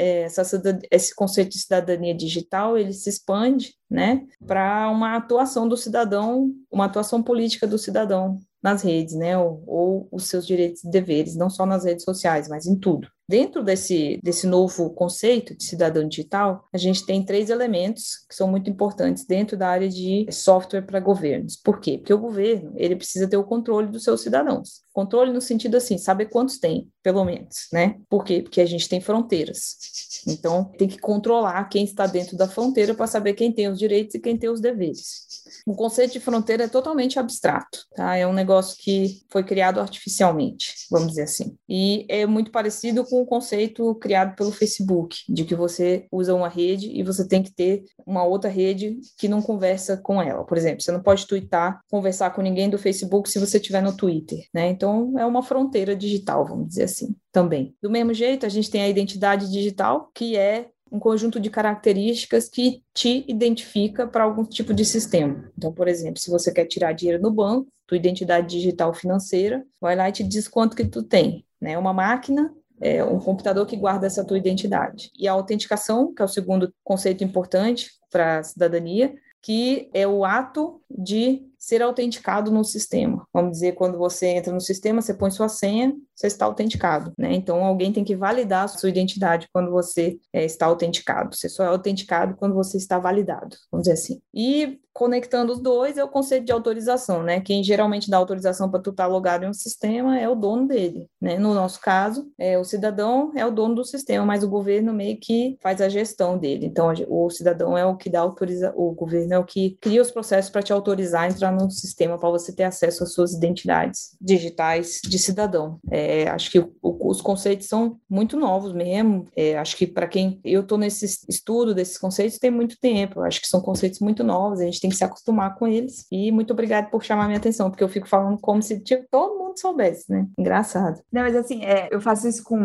esse conceito de cidadania digital, ele se expande, né, para uma atuação do cidadão, uma atuação política do cidadão nas redes, né, ou os seus direitos e deveres, não só nas redes sociais, mas em tudo. Dentro desse novo conceito de cidadão digital, a gente tem 3 elementos que são muito importantes dentro da área de software para governos. Por quê? Porque o governo, ele precisa ter o controle dos seus cidadãos. Controle no sentido assim, saber quantos tem, pelo menos, né? Por quê? Porque a gente tem fronteiras. Então, tem que controlar quem está dentro da fronteira para saber quem tem os direitos e quem tem os deveres. O conceito de fronteira é totalmente abstrato, tá? É um negócio que foi criado artificialmente, vamos dizer assim. E é muito parecido com o conceito criado pelo Facebook, de que você usa uma rede e você tem que ter uma outra rede que não conversa com ela. Por exemplo, você não pode conversar com ninguém do Facebook se você estiver no Twitter, né? Então, é uma fronteira digital, vamos dizer assim, também. Do mesmo jeito, a gente tem a identidade digital, que é um conjunto de características que te identifica para algum tipo de sistema. Então, por exemplo, se você quer tirar dinheiro no banco, tua identidade digital financeira vai lá e te diz quanto que tu tem, né? Uma máquina, um computador que guarda essa tua identidade. E a autenticação, que é o segundo conceito importante para a cidadania, que é o ato de ser autenticado no sistema. Vamos dizer, quando você entra no sistema, você põe sua senha, você está autenticado, né? Então, alguém tem que validar a sua identidade quando você está autenticado. Você só é autenticado quando você está validado, vamos dizer assim. E conectando os dois é o conceito de autorização, né? Quem geralmente dá autorização para tu estar logado em um sistema é o dono dele, né? No nosso caso, o cidadão é o dono do sistema, mas o governo meio que faz a gestão dele. Então, o cidadão é o que dá o governo é o que cria os processos para te autorizar a entrar no sistema para você ter acesso às suas identidades digitais de cidadão. Acho que os conceitos são muito novos mesmo. Acho que para quem... Eu estou nesse estudo desses conceitos tem muito tempo. Acho que são conceitos muito novos, a gente tem que se acostumar com eles. E muito obrigada por chamar minha atenção, porque eu fico falando como se todo mundo soubesse, né? Engraçado. Não, mas assim, eu faço isso com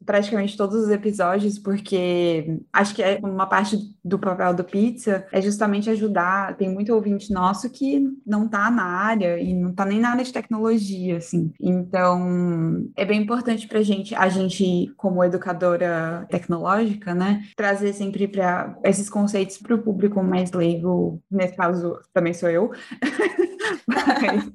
praticamente todos os episódios, porque acho que é uma parte do papel do Pizza é justamente ajudar. Tem muito ouvinte nosso que não tá na área e não tá nem na área de tecnologia, assim. Então, é bem importante pra gente, a gente, como educadora tecnológica, né, trazer sempre para esses conceitos para o público mais leigo. Nesse caso, também sou eu. Mas...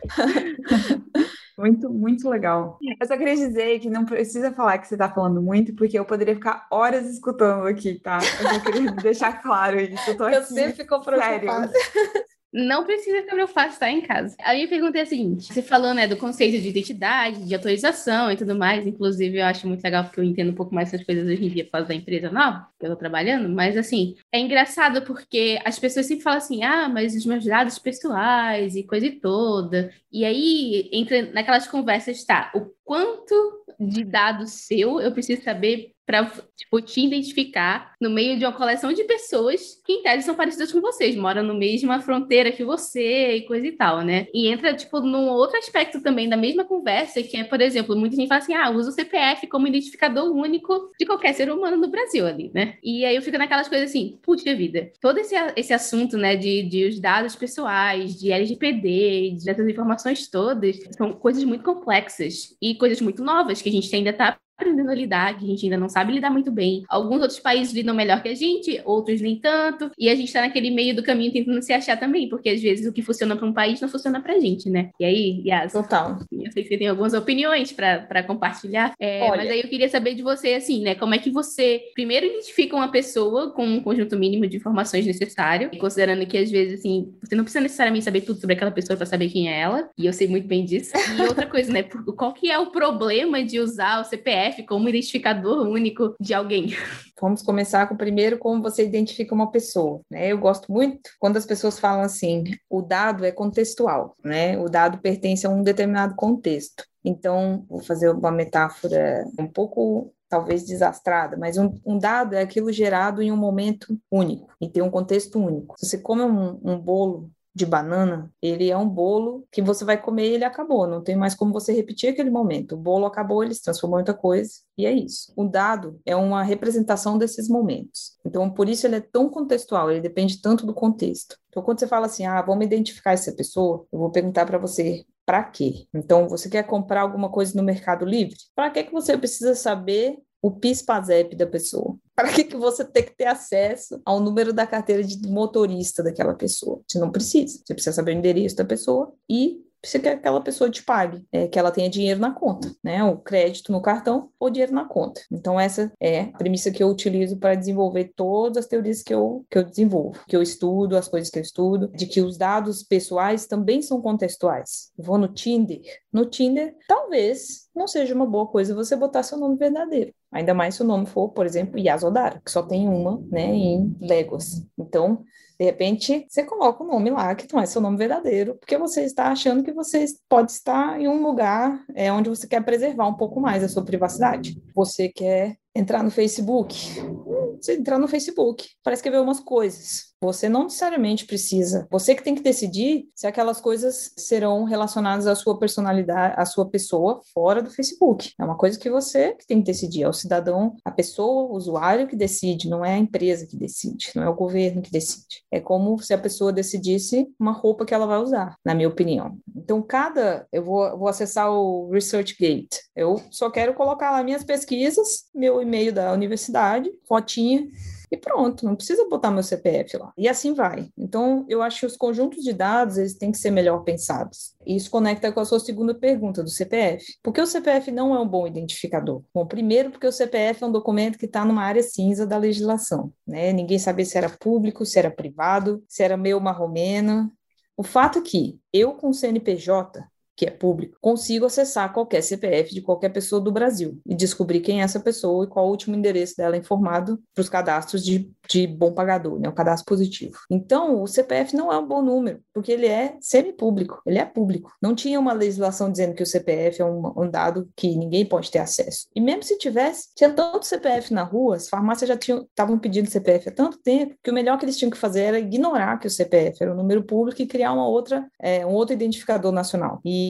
Muito, muito legal. Eu só queria dizer que não precisa falar que você está falando muito, porque eu poderia ficar horas escutando aqui, tá? Eu só queria deixar claro isso. Eu tô aqui, sempre fico preocupada. sério. Não precisa que eu faça, tá em casa. A minha pergunta é a seguinte: você falou, né, do conceito de identidade, de autorização e tudo mais. Inclusive, eu acho muito legal porque eu entendo um pouco mais essas coisas hoje em dia por causa da empresa nova que eu tô trabalhando. Mas, assim, é engraçado porque as pessoas sempre falam assim: ah, mas os meus dados pessoais e coisa e toda. E aí, entra naquelas conversas, tá, o quanto de dado seu eu preciso saber para, tipo, te identificar no meio de uma coleção de pessoas que, em tese, são parecidas com vocês, moram na mesma fronteira que você e coisa e tal, né? E entra, tipo, num outro aspecto também da mesma conversa, que é, por exemplo, muita gente fala assim, usa o CPF como identificador único de qualquer ser humano no Brasil ali, né? E aí eu fico naquelas coisas assim, puxa vida, todo esse assunto, né, de os dados pessoais, de LGPD, dessas informações todas, são coisas muito complexas e coisas muito novas que a gente ainda tá aprendendo a lidar, que a gente ainda não sabe lidar muito bem. Alguns outros países lidam melhor que a gente, outros nem tanto, e a gente tá naquele meio do caminho tentando se achar também, porque às vezes o que funciona para um país não funciona pra gente, né? E aí, Yas, Total. eu sei que você tem algumas opiniões para compartilhar, mas aí eu queria saber de você, assim, né, como é que você primeiro identifica uma pessoa com um conjunto mínimo de informações necessário, considerando que às vezes, assim, você não precisa necessariamente saber tudo sobre aquela pessoa para saber quem é ela, e eu sei muito bem disso. E outra coisa, né, qual que é o problema de usar o CPF como identificador único de alguém? Vamos começar com primeiro como você identifica uma pessoa, né? Eu gosto muito quando as pessoas falam assim, o dado é contextual, né? O dado pertence a um determinado contexto. Então, vou fazer uma metáfora um pouco talvez desastrada, mas um dado é aquilo gerado em um momento único e tem um contexto único. Se você come um bolo de banana, ele é um bolo que você vai comer e ele acabou, não tem mais como você repetir aquele momento. O bolo acabou, ele se transformou em outra coisa, e é isso. O dado é uma representação desses momentos. Então, por isso ele é tão contextual, ele depende tanto do contexto. Então, quando você fala assim, vamos identificar essa pessoa, eu vou perguntar para você, para quê? Então, você quer comprar alguma coisa no Mercado Livre? Para que você precisa saber o PIS/PASEP da pessoa? Para que você tem que ter acesso ao número da carteira de motorista daquela pessoa? Você não precisa. Você precisa saber o endereço da pessoa e você quer que aquela pessoa te pague, que ela tenha dinheiro na conta, né? O crédito no cartão ou dinheiro na conta. Então, essa é a premissa que eu utilizo para desenvolver todas as teorias que eu desenvolvo, que eu estudo, as coisas que eu estudo, de que os dados pessoais também são contextuais. Eu vou no Tinder. No Tinder, talvez não seja uma boa coisa você botar seu nome verdadeiro. Ainda mais se o nome for, por exemplo, Yasodara, que só tem uma, né, em Léguas. Então, de repente, você coloca o nome lá que não é seu nome verdadeiro, porque você está achando que você pode estar em um lugar onde você quer preservar um pouco mais a sua privacidade. Você quer entrar no Facebook. Você entrar no Facebook para escrever umas coisas. Você não necessariamente precisa. Você que tem que decidir se aquelas coisas serão relacionadas à sua personalidade, à sua pessoa fora do Facebook. É uma coisa que você que tem que decidir. É o cidadão, a pessoa, o usuário que decide, não é a empresa que decide, não é o governo que decide. É como se a pessoa decidisse uma roupa que ela vai usar, na minha opinião. Então, eu vou acessar o ResearchGate. Eu só quero colocar lá minhas pesquisas, meu e-mail da universidade, fotinha, e pronto, não precisa botar meu CPF lá. E assim vai. Então, eu acho que os conjuntos de dados, eles têm que ser melhor pensados. E isso conecta com a sua segunda pergunta, do CPF. Por que o CPF não é um bom identificador? Bom, primeiro porque o CPF é um documento que está numa área cinza da legislação, né? Ninguém sabia se era público, se era privado, se era meio marromeno. O fato é que eu, com o CNPJ, que é público, consigo acessar qualquer CPF de qualquer pessoa do Brasil e descobrir quem é essa pessoa e qual o último endereço dela informado para os cadastros de bom pagador, né? O cadastro positivo. Então, o CPF não é um bom número, porque ele é semipúblico, ele é público. Não tinha uma legislação dizendo que o CPF é um dado que ninguém pode ter acesso. E mesmo se tivesse, tinha tanto CPF na rua, as farmácias já estavam pedindo CPF há tanto tempo, que o melhor que eles tinham que fazer era ignorar que o CPF era um número público e criar um outro identificador nacional. E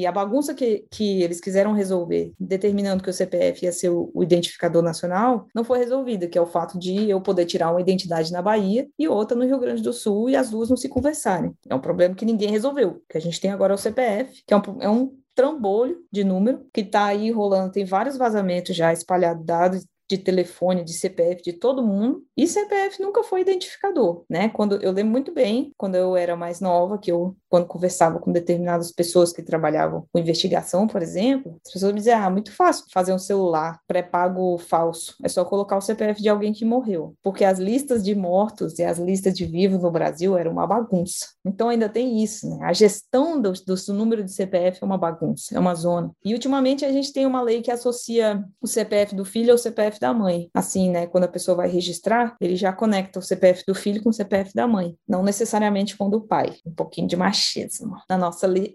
E a bagunça que eles quiseram resolver, determinando que o CPF ia ser o identificador nacional, não foi resolvida, que é o fato de eu poder tirar uma identidade na Bahia e outra no Rio Grande do Sul e as duas não se conversarem. É um problema que ninguém resolveu. O que a gente tem agora é o CPF, que é um trambolho de número que está aí rolando, tem vários vazamentos já espalhados, dados de telefone, de CPF, de todo mundo, e CPF nunca foi identificador, né? Quando eu lembro muito bem, quando eu era mais nova, quando conversava com determinadas pessoas que trabalhavam com investigação, por exemplo, as pessoas me diziam, muito fácil fazer um celular pré-pago falso, é só colocar o CPF de alguém que morreu, porque as listas de mortos e as listas de vivos no Brasil eram uma bagunça. Então ainda tem isso, né? A gestão do número de CPF é uma bagunça, é uma zona. E ultimamente a gente tem uma lei que associa o CPF do filho ao CPF da mãe. Assim, né? Quando a pessoa vai registrar, ele já conecta o CPF do filho com o CPF da mãe, não necessariamente com o do pai. Um pouquinho de machismo na nossa lei,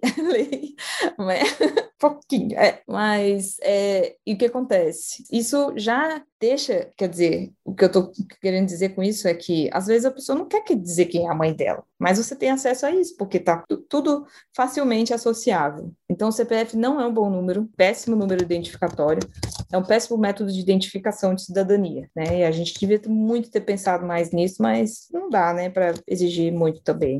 mas pouquinho, mas e o que acontece? Isso já deixa, quer dizer, o que eu tô querendo dizer com isso é que às vezes a pessoa não quer dizer quem é a mãe dela, mas você tem acesso a isso, porque tá tudo facilmente associável. Então o CPF não é um bom número, péssimo número identificatório, é um péssimo método de identificação de cidadania, né? E a gente devia muito ter pensado mais nisso, mas não dá, né, para exigir muito também.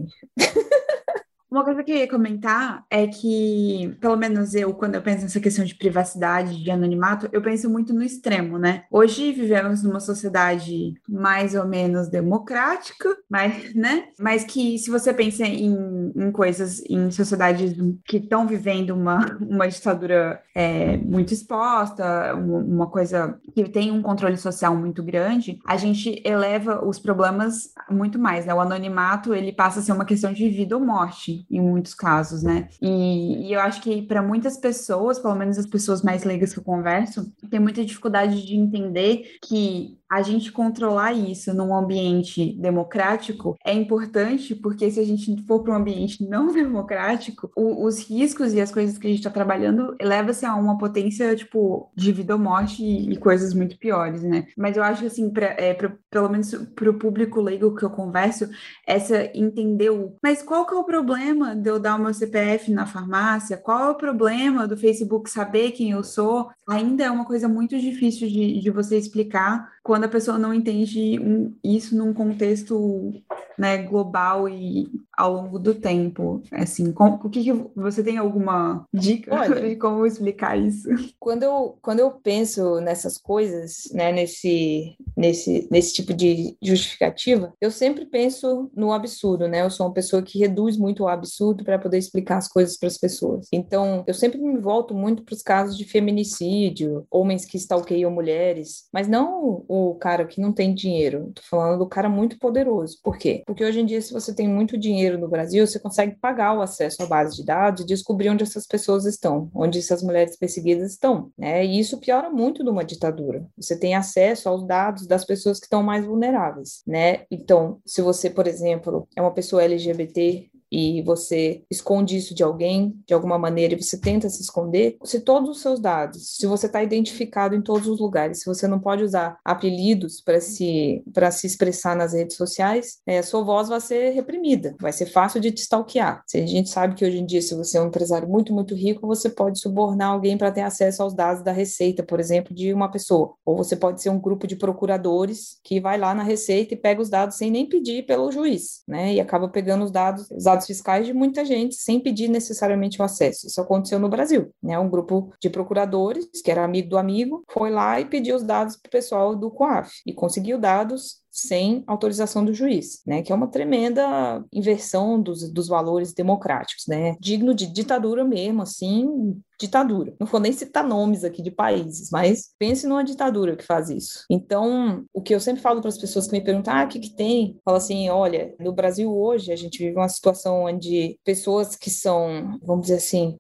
Uma coisa que eu ia comentar é que, pelo menos eu, quando eu penso nessa questão de privacidade, de anonimato, eu penso muito no extremo, né? Hoje vivemos numa sociedade mais ou menos democrática, né? Mas que se você pensa em coisas, em sociedades que estão vivendo uma ditadura muito exposta, uma coisa que tem um controle social muito grande, a gente eleva os problemas muito mais, né? O anonimato, ele passa a ser uma questão de vida ou morte, em muitos casos, né? E eu acho que para muitas pessoas, pelo menos as pessoas mais leigas que eu converso, tem muita dificuldade de entender que a gente controlar isso num ambiente democrático é importante, porque se a gente for para um ambiente não democrático, os riscos e as coisas que a gente está trabalhando leva-se a uma potência, tipo, de vida ou morte e coisas muito piores, né? Mas eu acho que, assim, pelo menos para o público leigo que eu converso, entender mas qual que é o problema de eu dar o meu CPF na farmácia? Qual é o problema do Facebook saber quem eu sou? Ainda é uma coisa muito difícil de você explicar quando a pessoa não entende isso num contexto, né, global e ao longo do tempo. Assim, o que você tem alguma dica de como explicar isso? Quando eu penso nessas coisas, né, nesse tipo de justificativa, eu sempre penso no absurdo, né? Eu sou uma pessoa que reduz muito o absurdo para poder explicar as coisas para as pessoas. Então, eu sempre me volto muito para os casos de feminicídio, homens que stalkeiam mulheres, mas não o cara que não tem dinheiro. Tô falando do cara muito poderoso. Por quê? Porque hoje em dia, se você tem muito dinheiro no Brasil, você consegue pagar o acesso à base de dados e descobrir onde essas pessoas estão, onde essas mulheres perseguidas estão, né? E isso piora muito numa ditadura. Você tem acesso aos dados das pessoas que estão mais vulneráveis, né? Então, se você, por exemplo, é uma pessoa LGBT e você esconde isso de alguém, de alguma maneira, e você tenta se esconder, se todos os seus dados, se você está identificado em todos os lugares, se você não pode usar apelidos para se expressar nas redes sociais, a sua voz vai ser reprimida, vai ser fácil de te stalkear. Se a gente sabe que hoje em dia, se você é um empresário muito, muito rico, você pode subornar alguém para ter acesso aos dados da Receita, por exemplo, de uma pessoa. Ou você pode ser um grupo de procuradores que vai lá na Receita e pega os dados sem nem pedir pelo juiz, né? E acaba pegando os dados fiscais de muita gente sem pedir necessariamente o acesso. Isso aconteceu no Brasil, né? Um grupo de procuradores, que era amigo do amigo, foi lá e pediu os dados para o pessoal do COAF e conseguiu dados sem autorização do juiz, né? Que é uma tremenda inversão dos valores democráticos, né? Digno de ditadura mesmo, assim, ditadura. Não vou nem citar nomes aqui de países, mas pense numa ditadura que faz isso. Então, o que eu sempre falo para as pessoas que me perguntam, o que tem? Falo assim, olha, no Brasil hoje a gente vive uma situação onde pessoas que são, vamos dizer assim,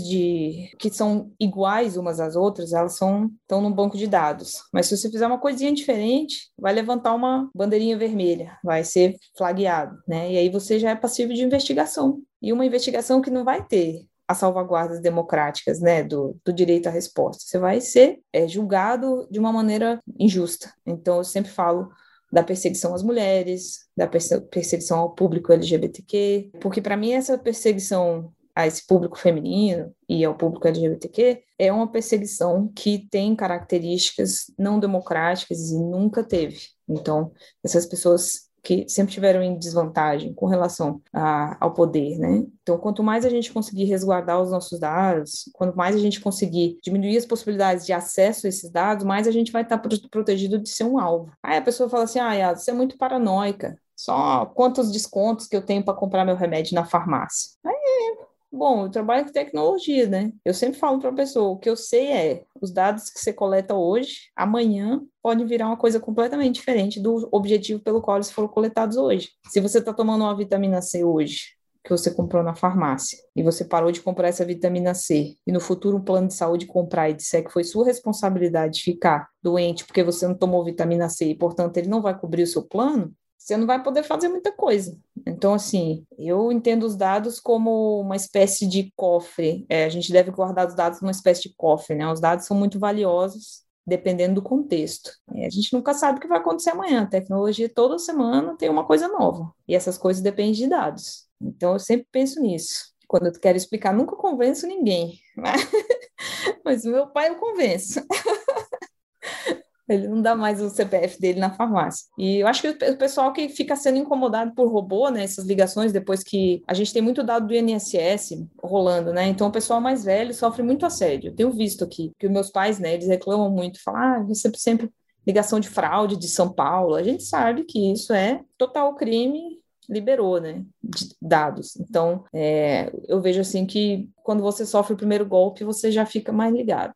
que são iguais umas às outras, elas estão num banco de dados. Mas se você fizer uma coisinha diferente, vai levantar uma bandeirinha vermelha, vai ser flagueado, né? E aí você já é passivo de investigação. E uma investigação que não vai ter as salvaguardas democráticas, né, do direito à resposta. Você vai ser julgado de uma maneira injusta. Então, eu sempre falo da perseguição às mulheres, da perseguição ao público LGBTQ, porque para mim essa perseguição a esse público feminino e ao público LGBTQ, é uma perseguição que tem características não democráticas e nunca teve. Então, essas pessoas que sempre tiveram em desvantagem com relação ao poder, né? Então, quanto mais a gente conseguir resguardar os nossos dados, quanto mais a gente conseguir diminuir as possibilidades de acesso a esses dados, mais a gente vai estar protegido de ser um alvo. Aí a pessoa fala assim, Yas, você é muito paranoica, só quantos descontos que eu tenho para comprar meu remédio na farmácia? Bom, eu trabalho com tecnologia, né? Eu sempre falo para a pessoa, o que eu sei é, os dados que você coleta hoje, amanhã podem virar uma coisa completamente diferente do objetivo pelo qual eles foram coletados hoje. Se você está tomando uma vitamina C hoje, que você comprou na farmácia, e você parou de comprar essa vitamina C, e no futuro um plano de saúde comprar e disser que foi sua responsabilidade ficar doente porque você não tomou vitamina C e, portanto, ele não vai cobrir o seu plano, você não vai poder fazer muita coisa. Então, assim, eu entendo os dados como uma espécie de cofre. A gente deve guardar os dados numa espécie de cofre, né? Os dados são muito valiosos, dependendo do contexto. A gente nunca sabe o que vai acontecer amanhã. A tecnologia, toda semana, tem uma coisa nova. E essas coisas dependem de dados. Então, eu sempre penso nisso. Quando eu quero explicar, nunca convenço ninguém. Mas o meu pai eu convenço. Ele não dá mais o CPF dele na farmácia. E eu acho que o pessoal que fica sendo incomodado por robô, né, essas ligações, depois que a gente tem muito dado do INSS rolando, né, então o pessoal mais velho sofre muito assédio. Eu tenho visto aqui, que os meus pais, né, eles reclamam muito, falam, recebo sempre ligação de fraude de São Paulo. A gente sabe que isso é total crime, liberou, né, de dados. Então, eu vejo assim que quando você sofre o primeiro golpe, você já fica mais ligado.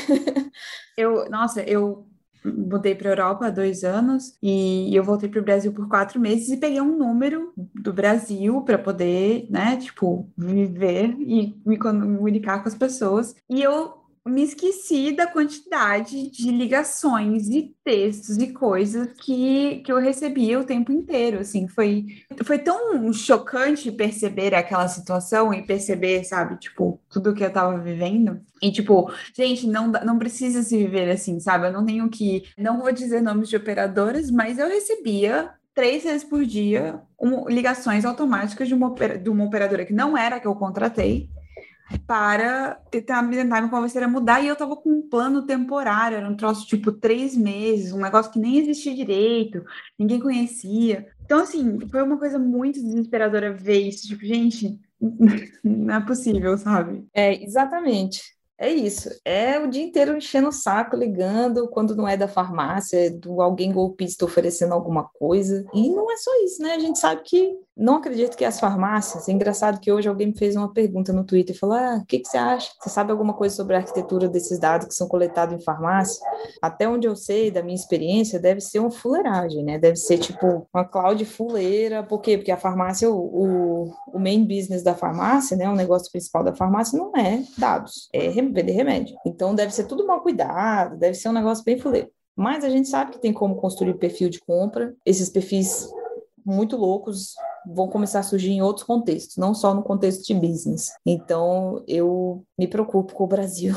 Eu mudei para a Europa há 2 anos e eu voltei para o Brasil por 4 meses e peguei um número do Brasil para poder, né, tipo, viver e me comunicar com as pessoas. E eu me esqueci da quantidade de ligações e textos e coisas que eu recebia o tempo inteiro, assim, foi tão chocante perceber aquela situação e perceber, sabe, tipo, tudo que eu tava vivendo, e tipo, gente, não precisa se viver assim, sabe, eu não vou dizer nomes de operadoras, mas eu recebia 3 vezes por dia ligações automáticas de uma operadora que não era a que eu contratei, para tentar me convencer a mudar, e eu tava com um plano temporário, era um troço tipo 3 meses, um negócio que nem existia direito, ninguém conhecia. Então, assim, foi uma coisa muito desesperadora ver isso, tipo, gente, não é possível, sabe? Exatamente. É isso. É o dia inteiro enchendo o saco, ligando, quando não é da farmácia, do alguém golpista oferecendo alguma coisa. E não é só isso, né? A gente sabe que, não acredito que as farmácias... É engraçado que hoje alguém me fez uma pergunta no Twitter e falou, o que você acha? Você sabe alguma coisa sobre a arquitetura desses dados que são coletados em farmácia? Até onde eu sei, da minha experiência, deve ser uma fuleiragem, né? Deve ser tipo uma cloud fuleira. Por quê? Porque a farmácia, o main business da farmácia, né? O negócio principal da farmácia não é dados, é vender remédio. Então deve ser tudo mal cuidado, deve ser um negócio bem fuleiro. Mas a gente sabe que tem como construir perfil de compra. Esses perfis muito loucos vão começar a surgir em outros contextos, não só no contexto de business. Então, eu me preocupo com o Brasil.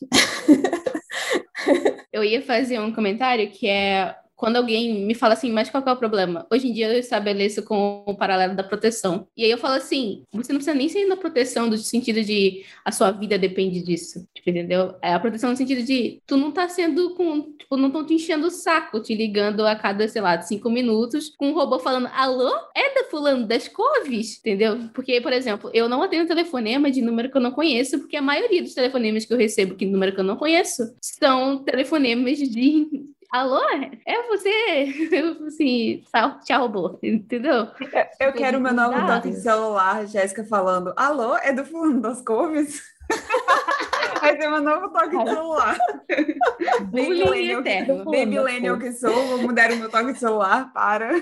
Eu ia fazer um comentário que é... Quando alguém me fala assim, mas qual que é o problema? Hoje em dia eu estabeleço com o paralelo da proteção. E aí eu falo assim, você não precisa nem ser na proteção do sentido de a sua vida depende disso, tipo, entendeu? É a proteção no sentido de tu não tá sendo não estão te enchendo o saco, te ligando a cada, 5 minutos, com um robô falando, alô? É da fulano das couves? Entendeu? Porque, por exemplo, eu não atendo telefonema de número que eu não conheço, porque a maioria dos telefonemas que eu recebo que número que eu não conheço são telefonemas de... Alô? É você? Assim, tchau, robô, entendeu? Eu quero meu novo toque de celular, Jéssica falando, alô, é do fulano das couves? Vai ter meu novo toque de celular. Bullying eterno. Baby millennial que sou, vou mudar o meu toque de celular para...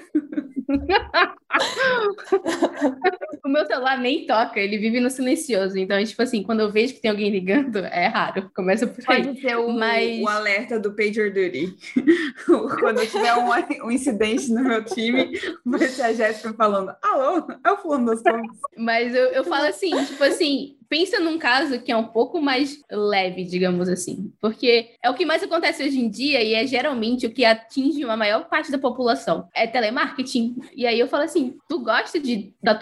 O meu celular nem toca, ele vive no silencioso. Então, tipo assim, quando eu vejo que tem alguém ligando, é raro. Começa por aí. Pode ser o alerta do Pager Duty. Quando eu tiver um incidente no meu time, vai ser a Jéssica falando, alô, é o fulano das couves. Mas eu falo assim, tipo assim, pensa num caso que é um pouco mais leve, digamos assim. Porque é o que mais acontece hoje em dia e é geralmente o que atinge a maior parte da população. É telemarketing. E aí eu falo assim, tu gosta da tua paz?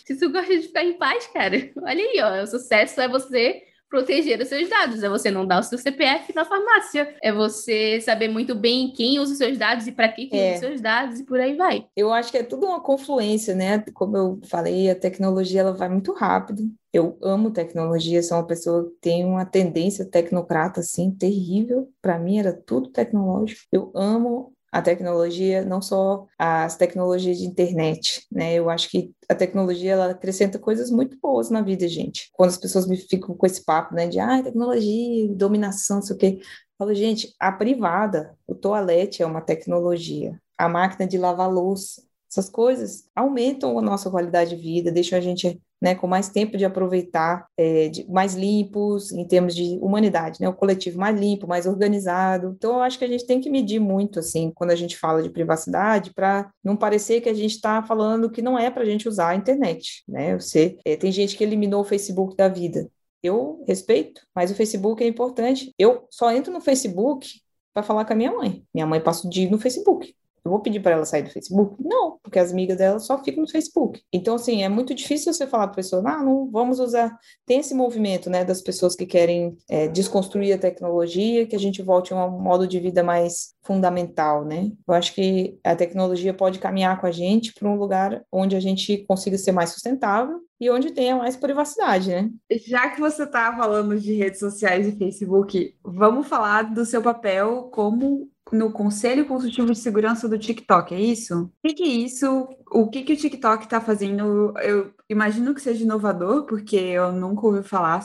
Se tu gosta de ficar em paz, cara, olha aí, ó, o sucesso é você proteger os seus dados, é você não dar o seu CPF na farmácia, é você saber muito bem quem usa os seus dados e para que usa os seus dados e por aí vai. Eu acho que é tudo uma confluência, né? Como eu falei, a tecnologia ela vai muito rápido. Eu amo tecnologia, sou uma pessoa que tem uma tendência tecnocrata assim terrível. Para mim era tudo tecnológico. Eu amo a tecnologia, não só as tecnologias de internet, né? Eu acho que a tecnologia, ela acrescenta coisas muito boas na vida, gente. Quando as pessoas me ficam com esse papo, né, de, tecnologia, dominação, não sei o quê. Eu falo, gente, a privada, o toalete é uma tecnologia. A máquina de lavar louça, essas coisas aumentam a nossa qualidade de vida, deixam a gente, né, com mais tempo de aproveitar, mais limpos, em termos de humanidade, né, o coletivo mais limpo, mais organizado. Então, eu acho que a gente tem que medir muito, assim, quando a gente fala de privacidade, para não parecer que a gente está falando que não é para a gente usar a internet, né? Tem gente que eliminou o Facebook da vida. Eu respeito, mas o Facebook é importante. Eu só entro no Facebook para falar com a minha mãe. Minha mãe passa o dia no Facebook. Eu vou pedir para ela sair do Facebook? Não, porque as amigas dela só ficam no Facebook. Então, assim, é muito difícil você falar para a pessoa, não vamos usar. Tem esse movimento, né, das pessoas que querem desconstruir a tecnologia, que a gente volte a um modo de vida mais fundamental, né? Eu acho que a tecnologia pode caminhar com a gente para um lugar onde a gente consiga ser mais sustentável e onde tenha mais privacidade, né? Já que você está falando de redes sociais e Facebook, vamos falar do seu papel como no Conselho Consultivo de Segurança do TikTok, é isso? O que é isso? O que o TikTok está fazendo? Eu imagino que seja inovador, porque eu nunca ouvi falar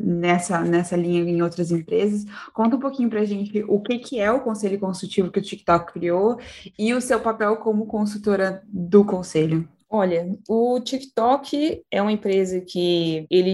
nessa linha em outras empresas. Conta um pouquinho para a gente o que é o Conselho Consultivo que o TikTok criou e o seu papel como consultora do Conselho. Olha, o TikTok é uma empresa que ele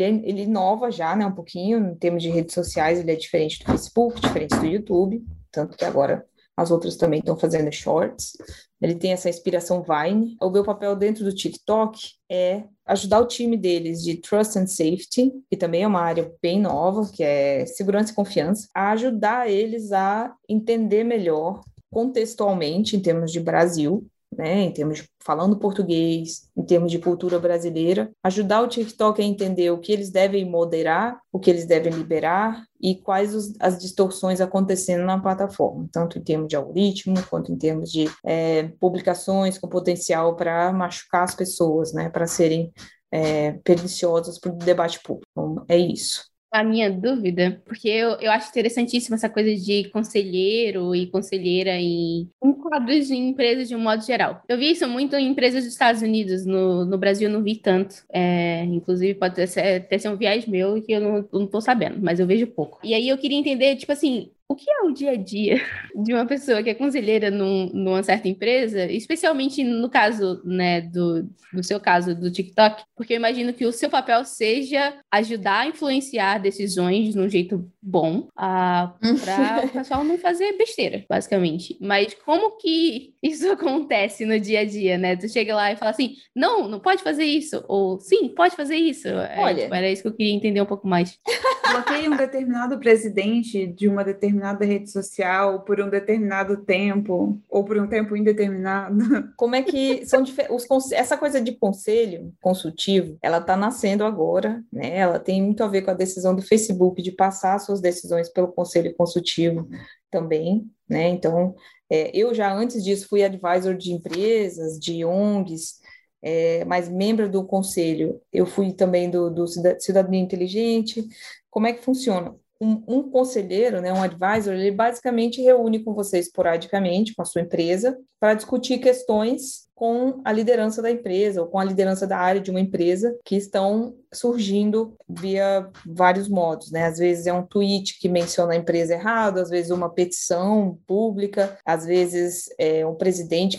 inova já, né, um pouquinho em termos de redes sociais, ele é diferente do Facebook, diferente do YouTube, tanto que agora as outras também estão fazendo shorts. Ele tem essa inspiração Vine. O meu papel dentro do TikTok é ajudar o time deles de Trust and Safety, que também é uma área bem nova, que é segurança e confiança, a ajudar eles a entender melhor contextualmente, em termos de Brasil, né, em termos de falando português, em termos de cultura brasileira, ajudar o TikTok a entender o que eles devem moderar, o que eles devem liberar e quais as distorções acontecendo na plataforma, tanto em termos de algoritmo, quanto em termos de publicações com potencial para machucar as pessoas, né, para serem perniciosas para o debate público. Então, é isso. A minha dúvida, porque eu acho interessantíssima essa coisa de conselheiro e conselheira em quadros de empresas de um modo geral. Eu vi isso muito em empresas dos Estados Unidos, no Brasil eu não vi tanto. Inclusive pode até ser um viés meu que eu não tô sabendo, mas eu vejo pouco. E aí eu queria entender, tipo assim, o que é o dia a dia de uma pessoa que é conselheira numa certa empresa, especialmente no caso, né, do seu caso do TikTok, porque eu imagino que o seu papel seja ajudar a influenciar decisões de um jeito bom, para o pessoal não fazer besteira, basicamente. Mas como que isso acontece no dia a dia, né? Tu chega lá e fala assim, não pode fazer isso, ou sim, pode fazer isso. Olha, era isso que eu queria entender um pouco mais. Coloquei um determinado presidente de uma determinada rede social por um determinado tempo, ou por um tempo indeterminado. Como é que são essa coisa de conselho consultivo, ela está nascendo agora, né? Ela tem muito a ver com a decisão do Facebook de passar suas decisões pelo conselho consultivo também, né? Então, eu já antes disso fui advisor de empresas, de ONGs, mas membro do conselho, eu fui também do Cidadania Inteligente. Como é que funciona? Um conselheiro, né, um advisor, ele basicamente reúne com você esporadicamente, com a sua empresa, para discutir questões com a liderança da empresa ou com a liderança da área de uma empresa que estão surgindo via vários modos, né? Às vezes é um tweet que menciona a empresa errado, às vezes uma petição pública, às vezes é um presidente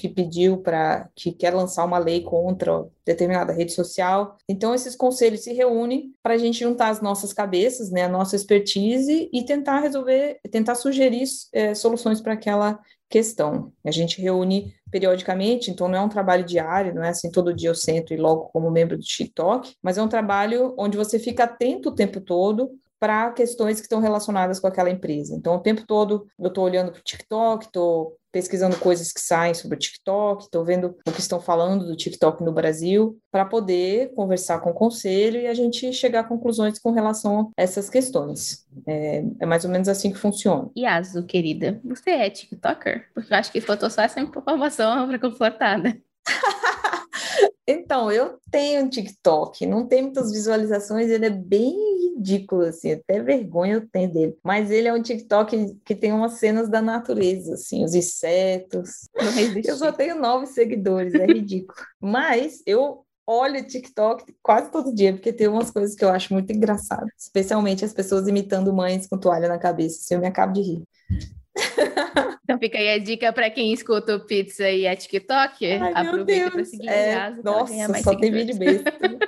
que quer lançar uma lei contra determinada rede social. Então, esses conselhos se reúnem para a gente juntar as nossas cabeças, né, a nossa expertise e tentar sugerir soluções para aquela questão. A gente reúne periodicamente, então não é um trabalho diário, não é assim todo dia eu sento e logo como membro do TikTok, mas é um trabalho onde você fica atento o tempo todo para questões que estão relacionadas com aquela empresa. Então, o tempo todo eu estou olhando para o TikTok, estou pesquisando coisas que saem sobre o TikTok, estou vendo o que estão falando do TikTok no Brasil, para poder conversar com o conselho e a gente chegar a conclusões com relação a essas questões. É mais ou menos assim que funciona. Yasu, querida, você é TikToker? Porque eu acho que faltou só essa informação para completar, né? Então, eu tenho um TikTok, não tem muitas visualizações, ele é bem ridículo, assim, até vergonha eu tenho dele. Mas ele é um TikTok que tem umas cenas da natureza, assim, os insetos. Eu só tenho 9 seguidores, é ridículo. Mas eu olho o TikTok quase todo dia, porque tem umas coisas que eu acho muito engraçadas. Especialmente as pessoas imitando mães com toalha na cabeça, assim, eu me acabo de rir. Então fica aí a dica para quem escuta o Pizza e é TikTok. Ai, aproveita para seguir o Yasu. Nossa, só tem vídeo besta.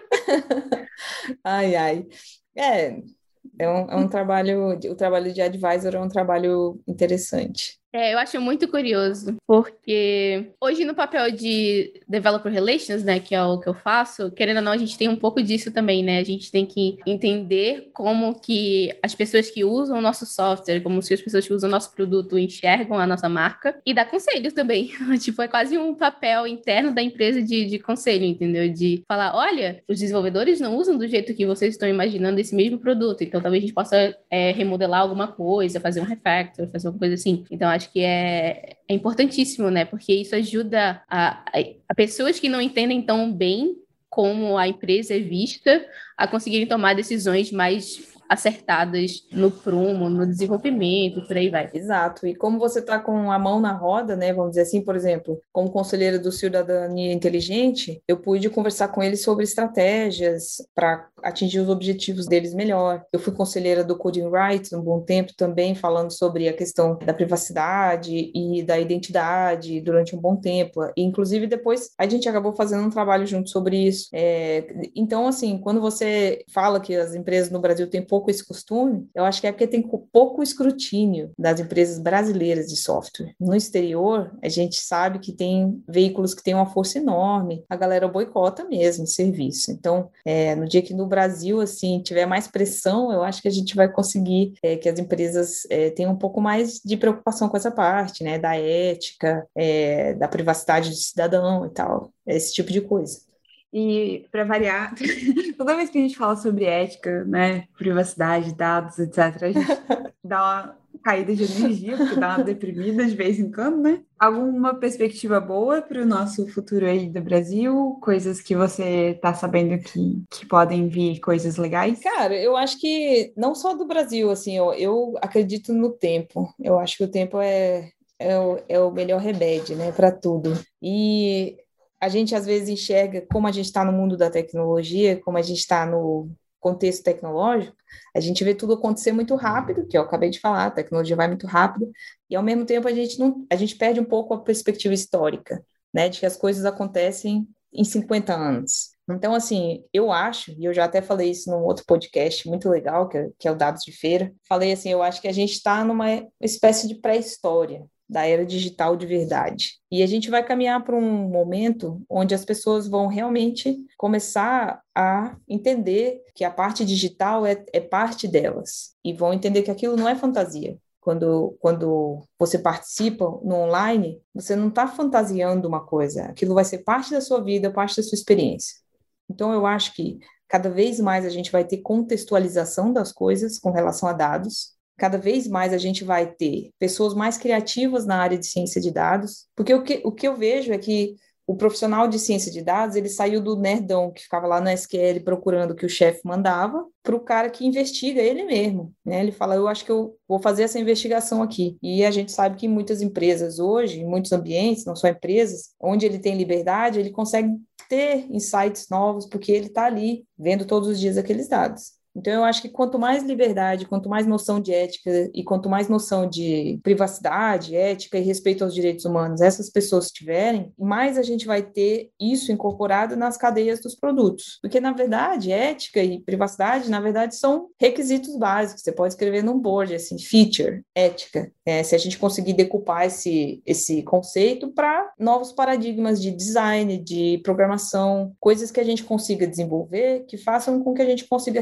Ai. É um trabalho, o trabalho de advisor é um trabalho interessante. Eu acho muito curioso, porque hoje no papel de Developer Relations, né, que é o que eu faço, querendo ou não, a gente tem um pouco disso também, né? A gente tem que entender como que as pessoas que usam o nosso software, como se as pessoas que usam o nosso produto enxergam a nossa marca e dar conselhos também. Tipo, é quase um papel interno da empresa de conselho, entendeu? De falar, olha, os desenvolvedores não usam do jeito que vocês estão imaginando esse mesmo produto, então talvez a gente possa remodelar alguma coisa, fazer um refactor, fazer uma coisa assim. Então, acho que é importantíssimo, né? Porque isso ajuda a pessoas que não entendem tão bem como a empresa é vista a conseguirem tomar decisões mais acertadas no prumo, no desenvolvimento, por aí vai. Exato. E como você está com a mão na roda, né? Vamos dizer assim, por exemplo, como conselheira do Cidadania Inteligente, eu pude conversar com eles sobre estratégias para atingir os objetivos deles melhor. Eu fui conselheira do Coding Rights um bom tempo também, falando sobre a questão da privacidade e da identidade durante um bom tempo. E, inclusive, depois a gente acabou fazendo um trabalho junto sobre isso. Então, assim, quando você fala que as empresas no Brasil têm pouco esse costume, eu acho que é porque tem pouco escrutínio das empresas brasileiras de software. No exterior, a gente sabe que tem veículos que têm uma força enorme, a galera boicota mesmo o serviço. Então, no dia que no Brasil, assim, tiver mais pressão, eu acho que a gente vai conseguir que as empresas tenham um pouco mais de preocupação com essa parte, né, da ética, da privacidade do cidadão e tal, esse tipo de coisa. E, para variar, toda vez que a gente fala sobre ética, né, privacidade, dados, etc., a gente dá uma caída de energia, porque dá uma deprimida de vez em quando, né? Alguma perspectiva boa para o nosso futuro aí do Brasil? Coisas que você está sabendo que podem vir coisas legais? Cara, eu acho que não só do Brasil, assim, eu acredito no tempo. Eu acho que o tempo é o melhor remédio, né, para tudo. E a gente às vezes enxerga como a gente está no mundo da tecnologia, como a gente está no contexto tecnológico, a gente vê tudo acontecer muito rápido, que eu acabei de falar, a tecnologia vai muito rápido, e ao mesmo tempo a gente perde um pouco a perspectiva histórica, né, de que as coisas acontecem em 50 anos. Então, assim, eu acho, e eu já até falei isso num outro podcast muito legal, que é o Dados de Feira, falei assim, eu acho que a gente está numa espécie de pré-história da era digital de verdade. E a gente vai caminhar para um momento onde as pessoas vão realmente começar a entender que a parte digital é parte delas, e vão entender que aquilo não é fantasia. Quando você participa no online, você não está fantasiando uma coisa, aquilo vai ser parte da sua vida, parte da sua experiência. Então, eu acho que cada vez mais a gente vai ter contextualização das coisas com relação a dados, cada vez mais a gente vai ter pessoas mais criativas na área de ciência de dados, porque o que eu vejo é que o profissional de ciência de dados, ele saiu do nerdão que ficava lá no SQL procurando o que o chefe mandava, para o cara que investiga ele mesmo, né? Ele fala, eu acho que eu vou fazer essa investigação aqui. E a gente sabe que em muitas empresas hoje, em muitos ambientes, não só empresas, onde ele tem liberdade, ele consegue ter insights novos, porque ele está ali vendo todos os dias aqueles dados. Então, eu acho que quanto mais liberdade, quanto mais noção de ética e quanto mais noção de privacidade, ética e respeito aos direitos humanos essas pessoas tiverem, mais a gente vai ter isso incorporado nas cadeias dos produtos. Porque, na verdade, ética e privacidade, na verdade, são requisitos básicos. Você pode escrever num board, assim, feature, ética. Se a gente conseguir decupar esse conceito para novos paradigmas de design, de programação, coisas que a gente consiga desenvolver, que façam com que a gente consiga respeitar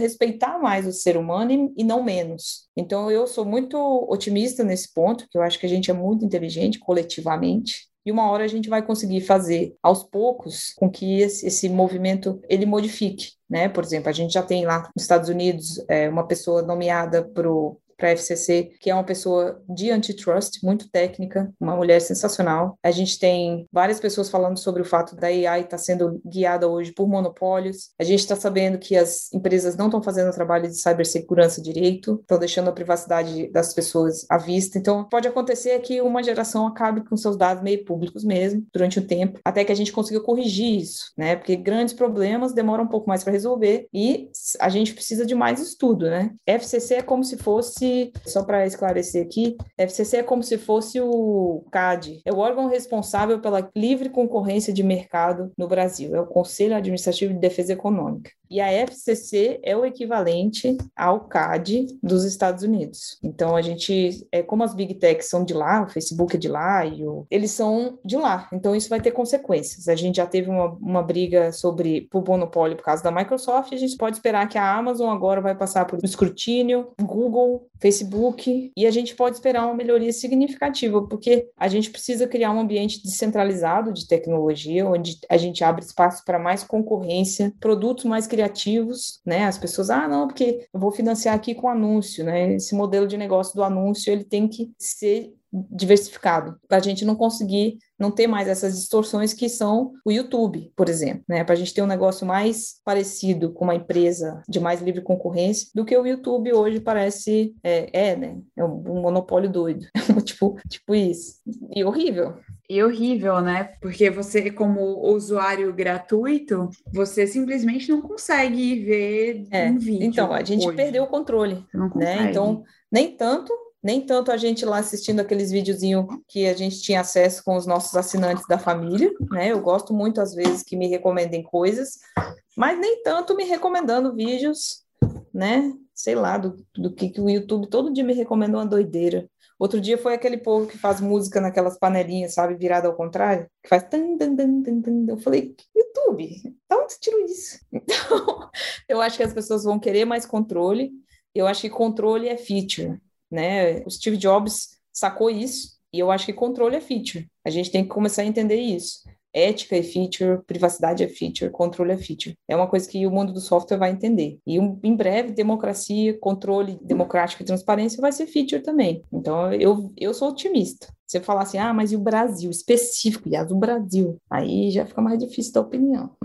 respeitar mais o ser humano e não menos. Então, eu sou muito otimista nesse ponto, que eu acho que a gente é muito inteligente coletivamente, e uma hora a gente vai conseguir fazer, aos poucos, com que esse movimento, ele modifique, né? Por exemplo, a gente já tem lá nos Estados Unidos uma pessoa nomeada para a FCC, que é uma pessoa de antitrust, muito técnica, uma mulher sensacional. A gente tem várias pessoas falando sobre o fato da AI estar sendo guiada hoje por monopólios. A gente está sabendo que as empresas não estão fazendo o trabalho de cibersegurança direito, estão deixando a privacidade das pessoas à vista. Então, pode acontecer que uma geração acabe com seus dados meio públicos mesmo, durante um tempo, até que a gente consiga corrigir isso, né? Porque grandes problemas demoram um pouco mais para resolver e a gente precisa de mais estudo, né? FCC é como se fosse, só para esclarecer aqui, FCC é como se fosse o CAD, é o órgão responsável pela livre concorrência de mercado no Brasil, é o Conselho Administrativo de Defesa Econômica. E a FCC é o equivalente ao CAD dos Estados Unidos. Então, como as Big Techs são de lá, o Facebook é de lá, eles são de lá. Então, isso vai ter consequências. A gente já teve uma briga por monopólio por causa da Microsoft, e a gente pode esperar que a Amazon agora vai passar por escrutínio, Google, Facebook, e a gente pode esperar uma melhoria significativa, porque a gente precisa criar um ambiente descentralizado de tecnologia, onde a gente abre espaço para mais concorrência, produtos mais criativos, né? As pessoas, não, porque eu vou financiar aqui com anúncio, né? Esse modelo de negócio do anúncio, ele tem que ser diversificado, para a gente não ter mais essas distorções que são o YouTube, por exemplo, né? Para a gente ter um negócio mais parecido com uma empresa de mais livre concorrência do que o YouTube hoje parece, né? É um monopólio doido, tipo isso. E horrível. E horrível, né? Porque você, como usuário gratuito, você simplesmente não consegue ver um vídeo. Então, a gente perdeu o controle, você não consegue. Né? Então, nem tanto a gente lá assistindo aqueles videozinhos que a gente tinha acesso com os nossos assinantes da família, né? Eu gosto muito, às vezes, que me recomendem coisas, mas nem tanto me recomendando vídeos, né? Sei lá, do que o YouTube todo dia me recomenda uma doideira. Outro dia foi aquele povo que faz música naquelas panelinhas, sabe, virada ao contrário, que faz tan, tan, tan, tan, tan. Eu falei, YouTube, da onde você tirou isso? Então, eu acho que as pessoas vão querer mais controle, eu acho que controle é feature, né? O Steve Jobs sacou isso, e eu acho que controle é feature. A gente tem que começar a entender isso. Ética é feature, privacidade é feature, controle é feature. É uma coisa que o mundo do software vai entender. E em breve, democracia, controle democrático e transparência vai ser feature também. Então, eu sou otimista. Você falar assim, mas e o Brasil? Específico, aliás, o Brasil. Aí já fica mais difícil da opinião.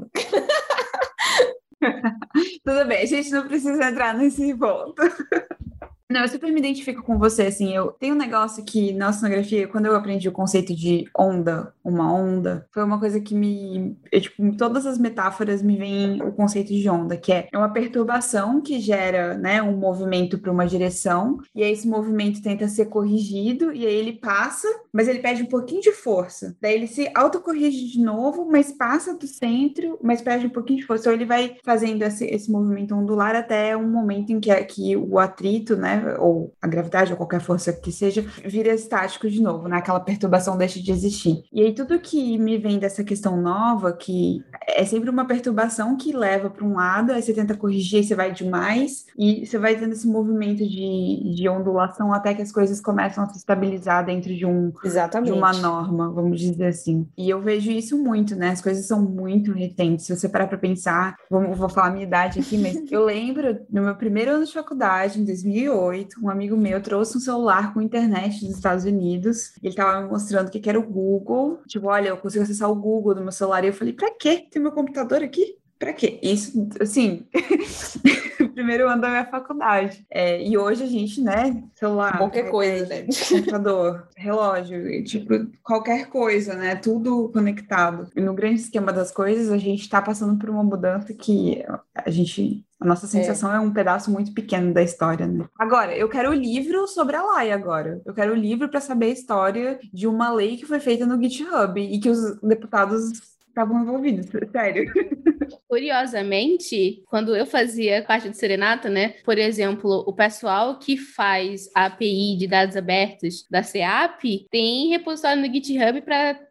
Tudo bem, a gente não precisa entrar nesse ponto. Não, eu super me identifico com você, assim, eu tenho um negócio que na oceanografia, quando eu aprendi o conceito de onda, uma onda, foi uma coisa que em todas as metáforas me vem o conceito de onda, que é uma perturbação que gera, né, um movimento para uma direção, e aí esse movimento tenta ser corrigido, e aí ele passa, mas ele perde um pouquinho de força, daí ele se autocorrige de novo, mas passa do centro, mas perde um pouquinho de força, então ele vai fazendo esse movimento ondular até um momento em que o atrito, né, ou a gravidade, ou qualquer força que seja, vira estático de novo, né? Aquela perturbação deixa de existir. E aí tudo que me vem dessa questão nova, que é sempre uma perturbação que leva para um lado, aí você tenta corrigir, aí você vai demais, e você vai tendo esse movimento de ondulação até que as coisas começam a se estabilizar dentro de uma norma, vamos dizer assim. E eu vejo isso muito, né? As coisas são muito recentes. Se você parar para pensar, vou falar a minha idade aqui, mas eu lembro, no meu primeiro ano de faculdade, em 2008, um amigo meu trouxe um celular com internet dos Estados Unidos. Ele tava me mostrando o que era o Google. Tipo, olha, eu consigo acessar o Google do meu celular. E eu falei, pra quê? Tem meu computador aqui? Pra quê? Isso, assim, primeiro ano da minha faculdade. E hoje a gente, né, celular, qualquer coisa, né? Computador, relógio, tipo, qualquer coisa, né? Tudo conectado. E no grande esquema das coisas, a gente tá passando por uma mudança que a nossa sensação é um pedaço muito pequeno da história, né? Agora, eu quero o livro sobre a lei agora. Eu quero o livro para saber a história de uma lei que foi feita no GitHub e que os deputados estavam envolvidos, sério. Curiosamente, quando eu fazia parte do Serenata, né, por exemplo, o pessoal que faz a API de dados abertos da CEAP tem repositório no GitHub para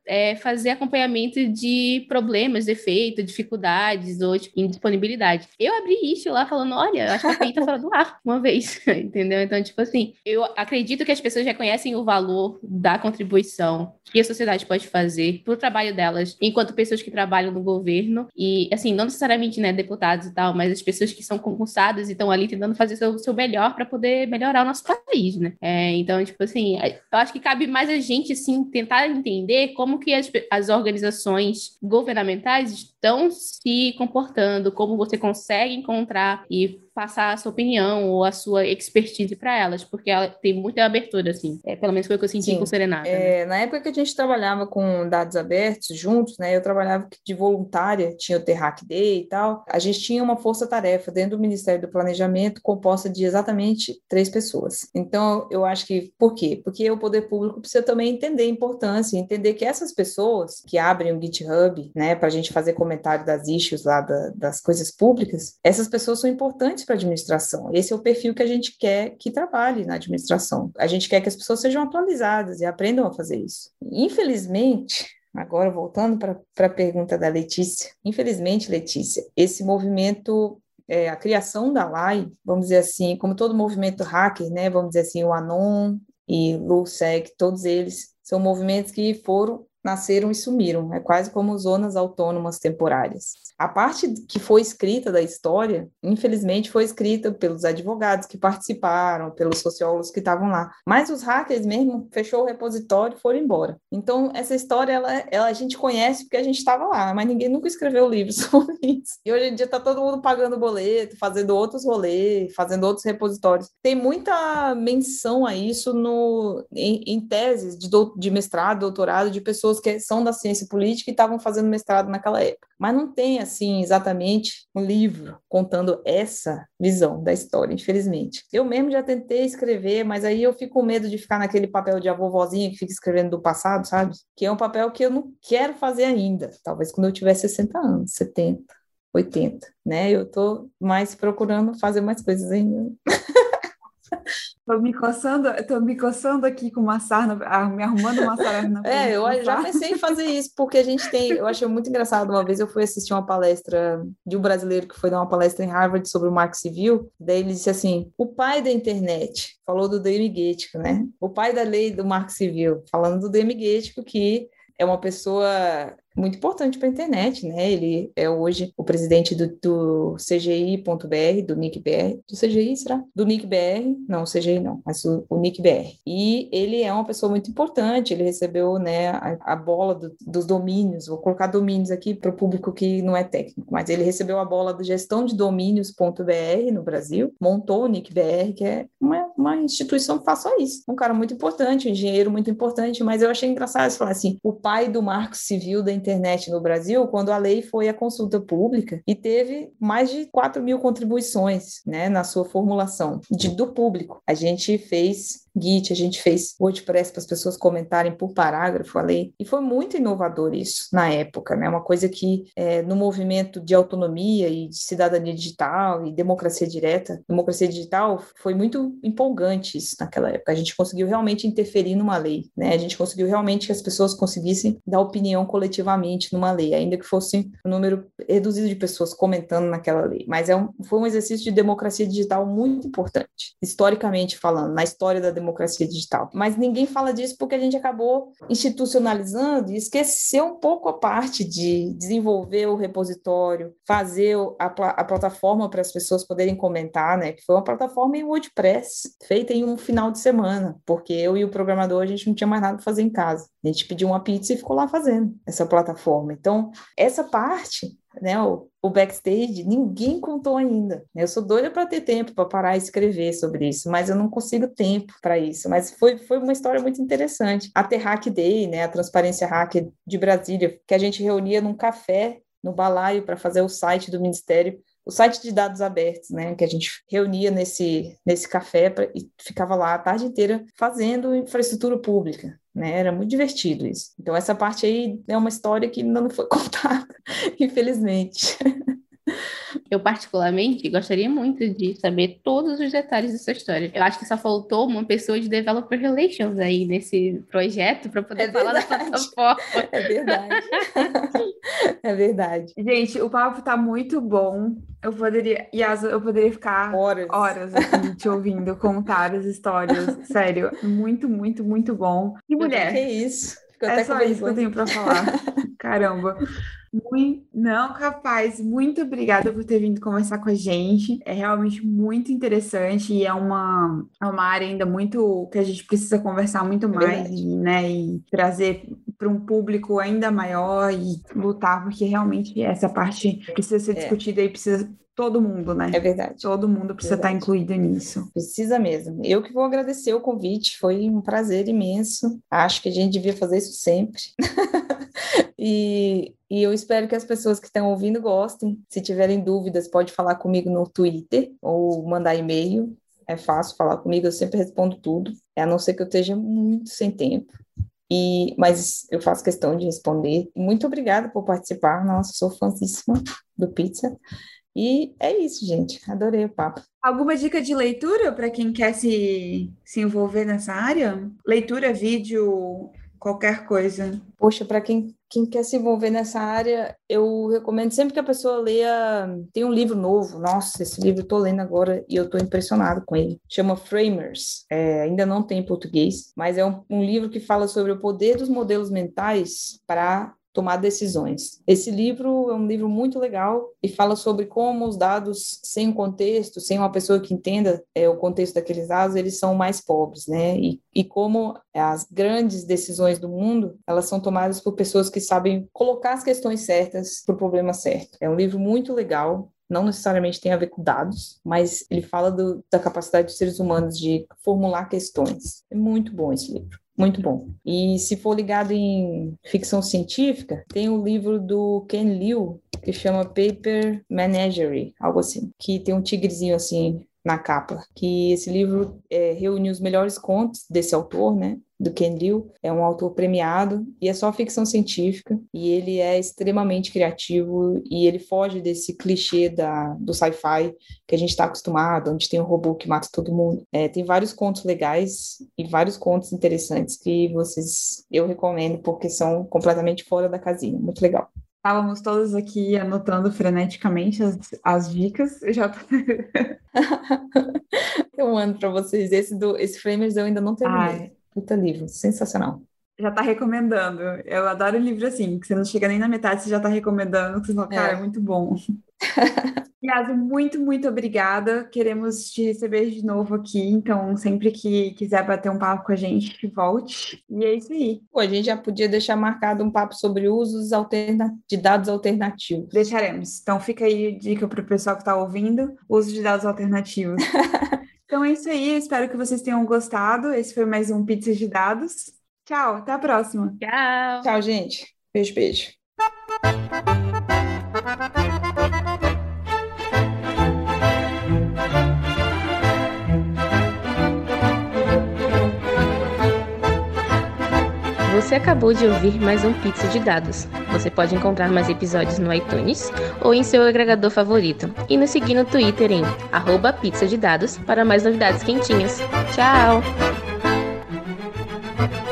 fazer acompanhamento de problemas, defeitos, dificuldades ou tipo, indisponibilidade. Eu abri isso lá falando, olha, acho que a API tá fora do ar uma vez, entendeu? Então, tipo assim, eu acredito que as pessoas reconhecem o valor da contribuição que a sociedade pode fazer pro trabalho delas, enquanto pessoas que trabalham no governo e, assim, não necessariamente, né, deputados e tal, mas as pessoas que são concursadas e estão ali tentando fazer o seu melhor para poder melhorar o nosso país, né? Então, tipo assim, eu acho que cabe mais a gente, assim, tentar entender como que as organizações governamentais estão se comportando, como você consegue encontrar e passar a sua opinião ou a sua expertise para elas, porque ela tem muita abertura, assim. Pelo menos foi o que eu senti com o Serenata, né? Na época que a gente trabalhava com dados abertos juntos, né? Eu trabalhava de voluntária, tinha o Terrac Day e tal. A gente tinha uma força-tarefa dentro do Ministério do Planejamento composta de exatamente 3 pessoas. Então, eu acho que... Por quê? Porque o poder público precisa também entender a importância, entender que essas pessoas que abrem o GitHub, né, para a gente fazer comentário das issues lá das coisas públicas, essas pessoas são importantes para a administração. Esse é o perfil que a gente quer que trabalhe na administração. A gente quer que as pessoas sejam atualizadas e aprendam a fazer isso. Infelizmente, agora voltando para a pergunta da Letícia, infelizmente, Letícia, esse movimento, a criação da LAI, vamos dizer assim, como todo movimento hacker, né, vamos dizer assim, o Anon e LulzSec, todos eles são movimentos que nasceram e sumiram. É quase como zonas autônomas temporárias. A parte que foi escrita da história, infelizmente, foi escrita pelos advogados que participaram, pelos sociólogos que estavam lá. Mas os hackers mesmo fechou o repositório e foram embora. Então, essa história, ela a gente conhece porque a gente estava lá, mas ninguém nunca escreveu livro sobre isso. E hoje em dia está todo mundo pagando boleto, fazendo outros rolês, fazendo outros repositórios. Tem muita menção a isso em teses de mestrado, doutorado, de pessoas que são da ciência política e estavam fazendo mestrado naquela época. Mas não tem, assim, exatamente um livro contando essa visão da história, infelizmente. Eu mesmo já tentei escrever, mas aí eu fico com medo de ficar naquele papel de vovozinha que fica escrevendo do passado, sabe? Que é um papel que eu não quero fazer ainda. Talvez quando eu tiver 60 anos, 70, 80, né? Eu tô mais procurando fazer mais coisas ainda. Tô me coçando aqui com uma sarna, me arrumando uma sarna. Eu já pensei em fazer isso, porque eu achei muito engraçado. Uma vez eu fui assistir uma palestra de um brasileiro que foi dar uma palestra em Harvard sobre o Marco Civil, daí ele disse assim, o pai da internet, falou do Demi Guético, né? O pai da lei do Marco Civil, falando do Demi Guético, que é uma pessoa muito importante para a internet, né? Ele é hoje o presidente do CGI.br, do NIC.br. Do CGI, será? Do NIC.br. Não, CGI não, mas o NIC.br. E ele é uma pessoa muito importante, ele recebeu, né, a bola dos domínios, vou colocar domínios aqui para o público que não é técnico, mas ele recebeu a bola do gestão de domínios.br no Brasil, montou o NIC.br, que é uma instituição que faz só isso. Um cara muito importante, um engenheiro muito importante, mas eu achei engraçado falar assim, o pai do Marco Civil da internet no Brasil, quando a lei foi à consulta pública e teve mais de 4 mil contribuições, né, na sua formulação do público. A gente fez Git, a gente fez WordPress para as pessoas comentarem por parágrafo a lei, e foi muito inovador isso na época, né? Uma coisa que no movimento de autonomia e de cidadania digital e democracia digital foi muito empolgante isso naquela época. A gente conseguiu realmente interferir numa lei, né? A gente conseguiu realmente que as pessoas conseguissem dar opinião coletivamente numa lei, ainda que fosse um número reduzido de pessoas comentando naquela lei. Mas foi um exercício de democracia digital muito importante, historicamente falando, na história da democracia digital. Mas ninguém fala disso porque a gente acabou institucionalizando e esqueceu um pouco a parte de desenvolver o repositório, fazer a plataforma para as pessoas poderem comentar, né? Que foi uma plataforma em WordPress, feita em um final de semana, porque eu e o programador, a gente não tinha mais nada para fazer em casa. A gente pediu uma pizza e ficou lá fazendo essa plataforma. Então, essa parte, né, o backstage, ninguém contou ainda. Eu sou doida para ter tempo para parar e escrever sobre isso, mas eu não consigo tempo para isso. Mas foi uma história muito interessante. A Terrac Day, né, a Transparência Hacker de Brasília, que a gente reunia num café, no balaio, para fazer o site do Ministério, o site de dados abertos, né, que a gente reunia nesse café e ficava lá a tarde inteira fazendo infraestrutura pública, né, era muito divertido isso. Então essa parte aí é uma história que ainda não foi contada, infelizmente. Eu, particularmente, gostaria muito de saber todos os detalhes dessa história. Eu acho que só faltou uma pessoa de Developer Relations aí nesse projeto para poder falar da plataforma. É verdade. É verdade. Gente, o papo tá muito bom. Eu poderia ficar horas aqui te ouvindo contar as histórias. Sério, muito, muito, muito bom. E mulher? Que isso? É só isso que eu tenho para falar. Caramba. Não, capaz. Muito obrigada por ter vindo conversar com a gente. É realmente muito interessante e é uma área ainda muito que a gente precisa conversar muito mais e trazer para um público ainda maior e lutar, porque realmente essa parte precisa ser discutida e precisa todo mundo, né? É verdade. Todo mundo precisa estar incluído nisso. Precisa mesmo. Eu que vou agradecer o convite, foi um prazer imenso. Acho que a gente devia fazer isso sempre. E eu espero que as pessoas que estão ouvindo gostem. Se tiverem dúvidas, pode falar comigo no Twitter ou mandar e-mail. É fácil falar comigo, eu sempre respondo tudo. A não ser que eu esteja muito sem tempo. Mas eu faço questão de responder. Muito obrigada por participar. Nossa, sou fãzíssima do Pizza. E é isso, gente. Adorei o papo. Alguma dica de leitura para quem quer se envolver nessa área? Leitura, vídeo, qualquer coisa. Poxa, para quem quer se envolver nessa área, eu recomendo sempre que a pessoa leia. Tem um livro novo. Nossa, esse livro eu tô lendo agora e eu tô impressionado com ele. Chama Framers. Ainda não tem em português, mas é um livro que fala sobre o poder dos modelos mentais para tomar decisões. Esse livro é um livro muito legal e fala sobre como os dados, sem um contexto, sem uma pessoa que entenda o contexto daqueles dados, eles são mais pobres, né? E como as grandes decisões do mundo, elas são tomadas por pessoas que sabem colocar as questões certas para o problema certo. É um livro muito legal. Não necessariamente tem a ver com dados, mas ele fala da capacidade dos seres humanos de formular questões. É muito bom esse livro. Muito bom. E se for ligado em ficção científica, tem o livro do Ken Liu, que chama Paper Menagerie, algo assim, que tem um tigrezinho assim na capa, que esse livro reúne os melhores contos desse autor, né, do Ken Liu. É um autor premiado e é só ficção científica e ele é extremamente criativo e ele foge desse clichê do sci-fi que a gente está acostumado, onde tem um robô que mata todo mundo. Tem vários contos legais e vários contos interessantes que eu recomendo porque são completamente fora da casinha. Muito legal. Estávamos todos aqui anotando freneticamente as dicas. Eu mando para vocês. Esse Framers eu ainda não terminei. Puta livro, sensacional. Já tá recomendando. Eu adoro livro assim, que você não chega nem na metade, você já tá recomendando, que você fala, cara, é muito bom. Yas, muito, muito obrigada. Queremos te receber de novo aqui, então sempre que quiser bater um papo com a gente, volte. E é isso aí. Pô, a gente já podia deixar marcado um papo sobre usos de dados alternativos. Deixaremos. Então fica aí a dica para o pessoal que está ouvindo, uso de dados alternativos. Então é isso aí, espero que vocês tenham gostado. Esse foi mais um Pizza de Dados. Tchau, até a próxima. Tchau. Tchau, gente. Beijo, beijo. Você acabou de ouvir mais um Pizza de Dados. Você pode encontrar mais episódios no iTunes ou em seu agregador favorito. E nos seguir no Twitter em @pizzadedados para mais novidades quentinhas. Tchau!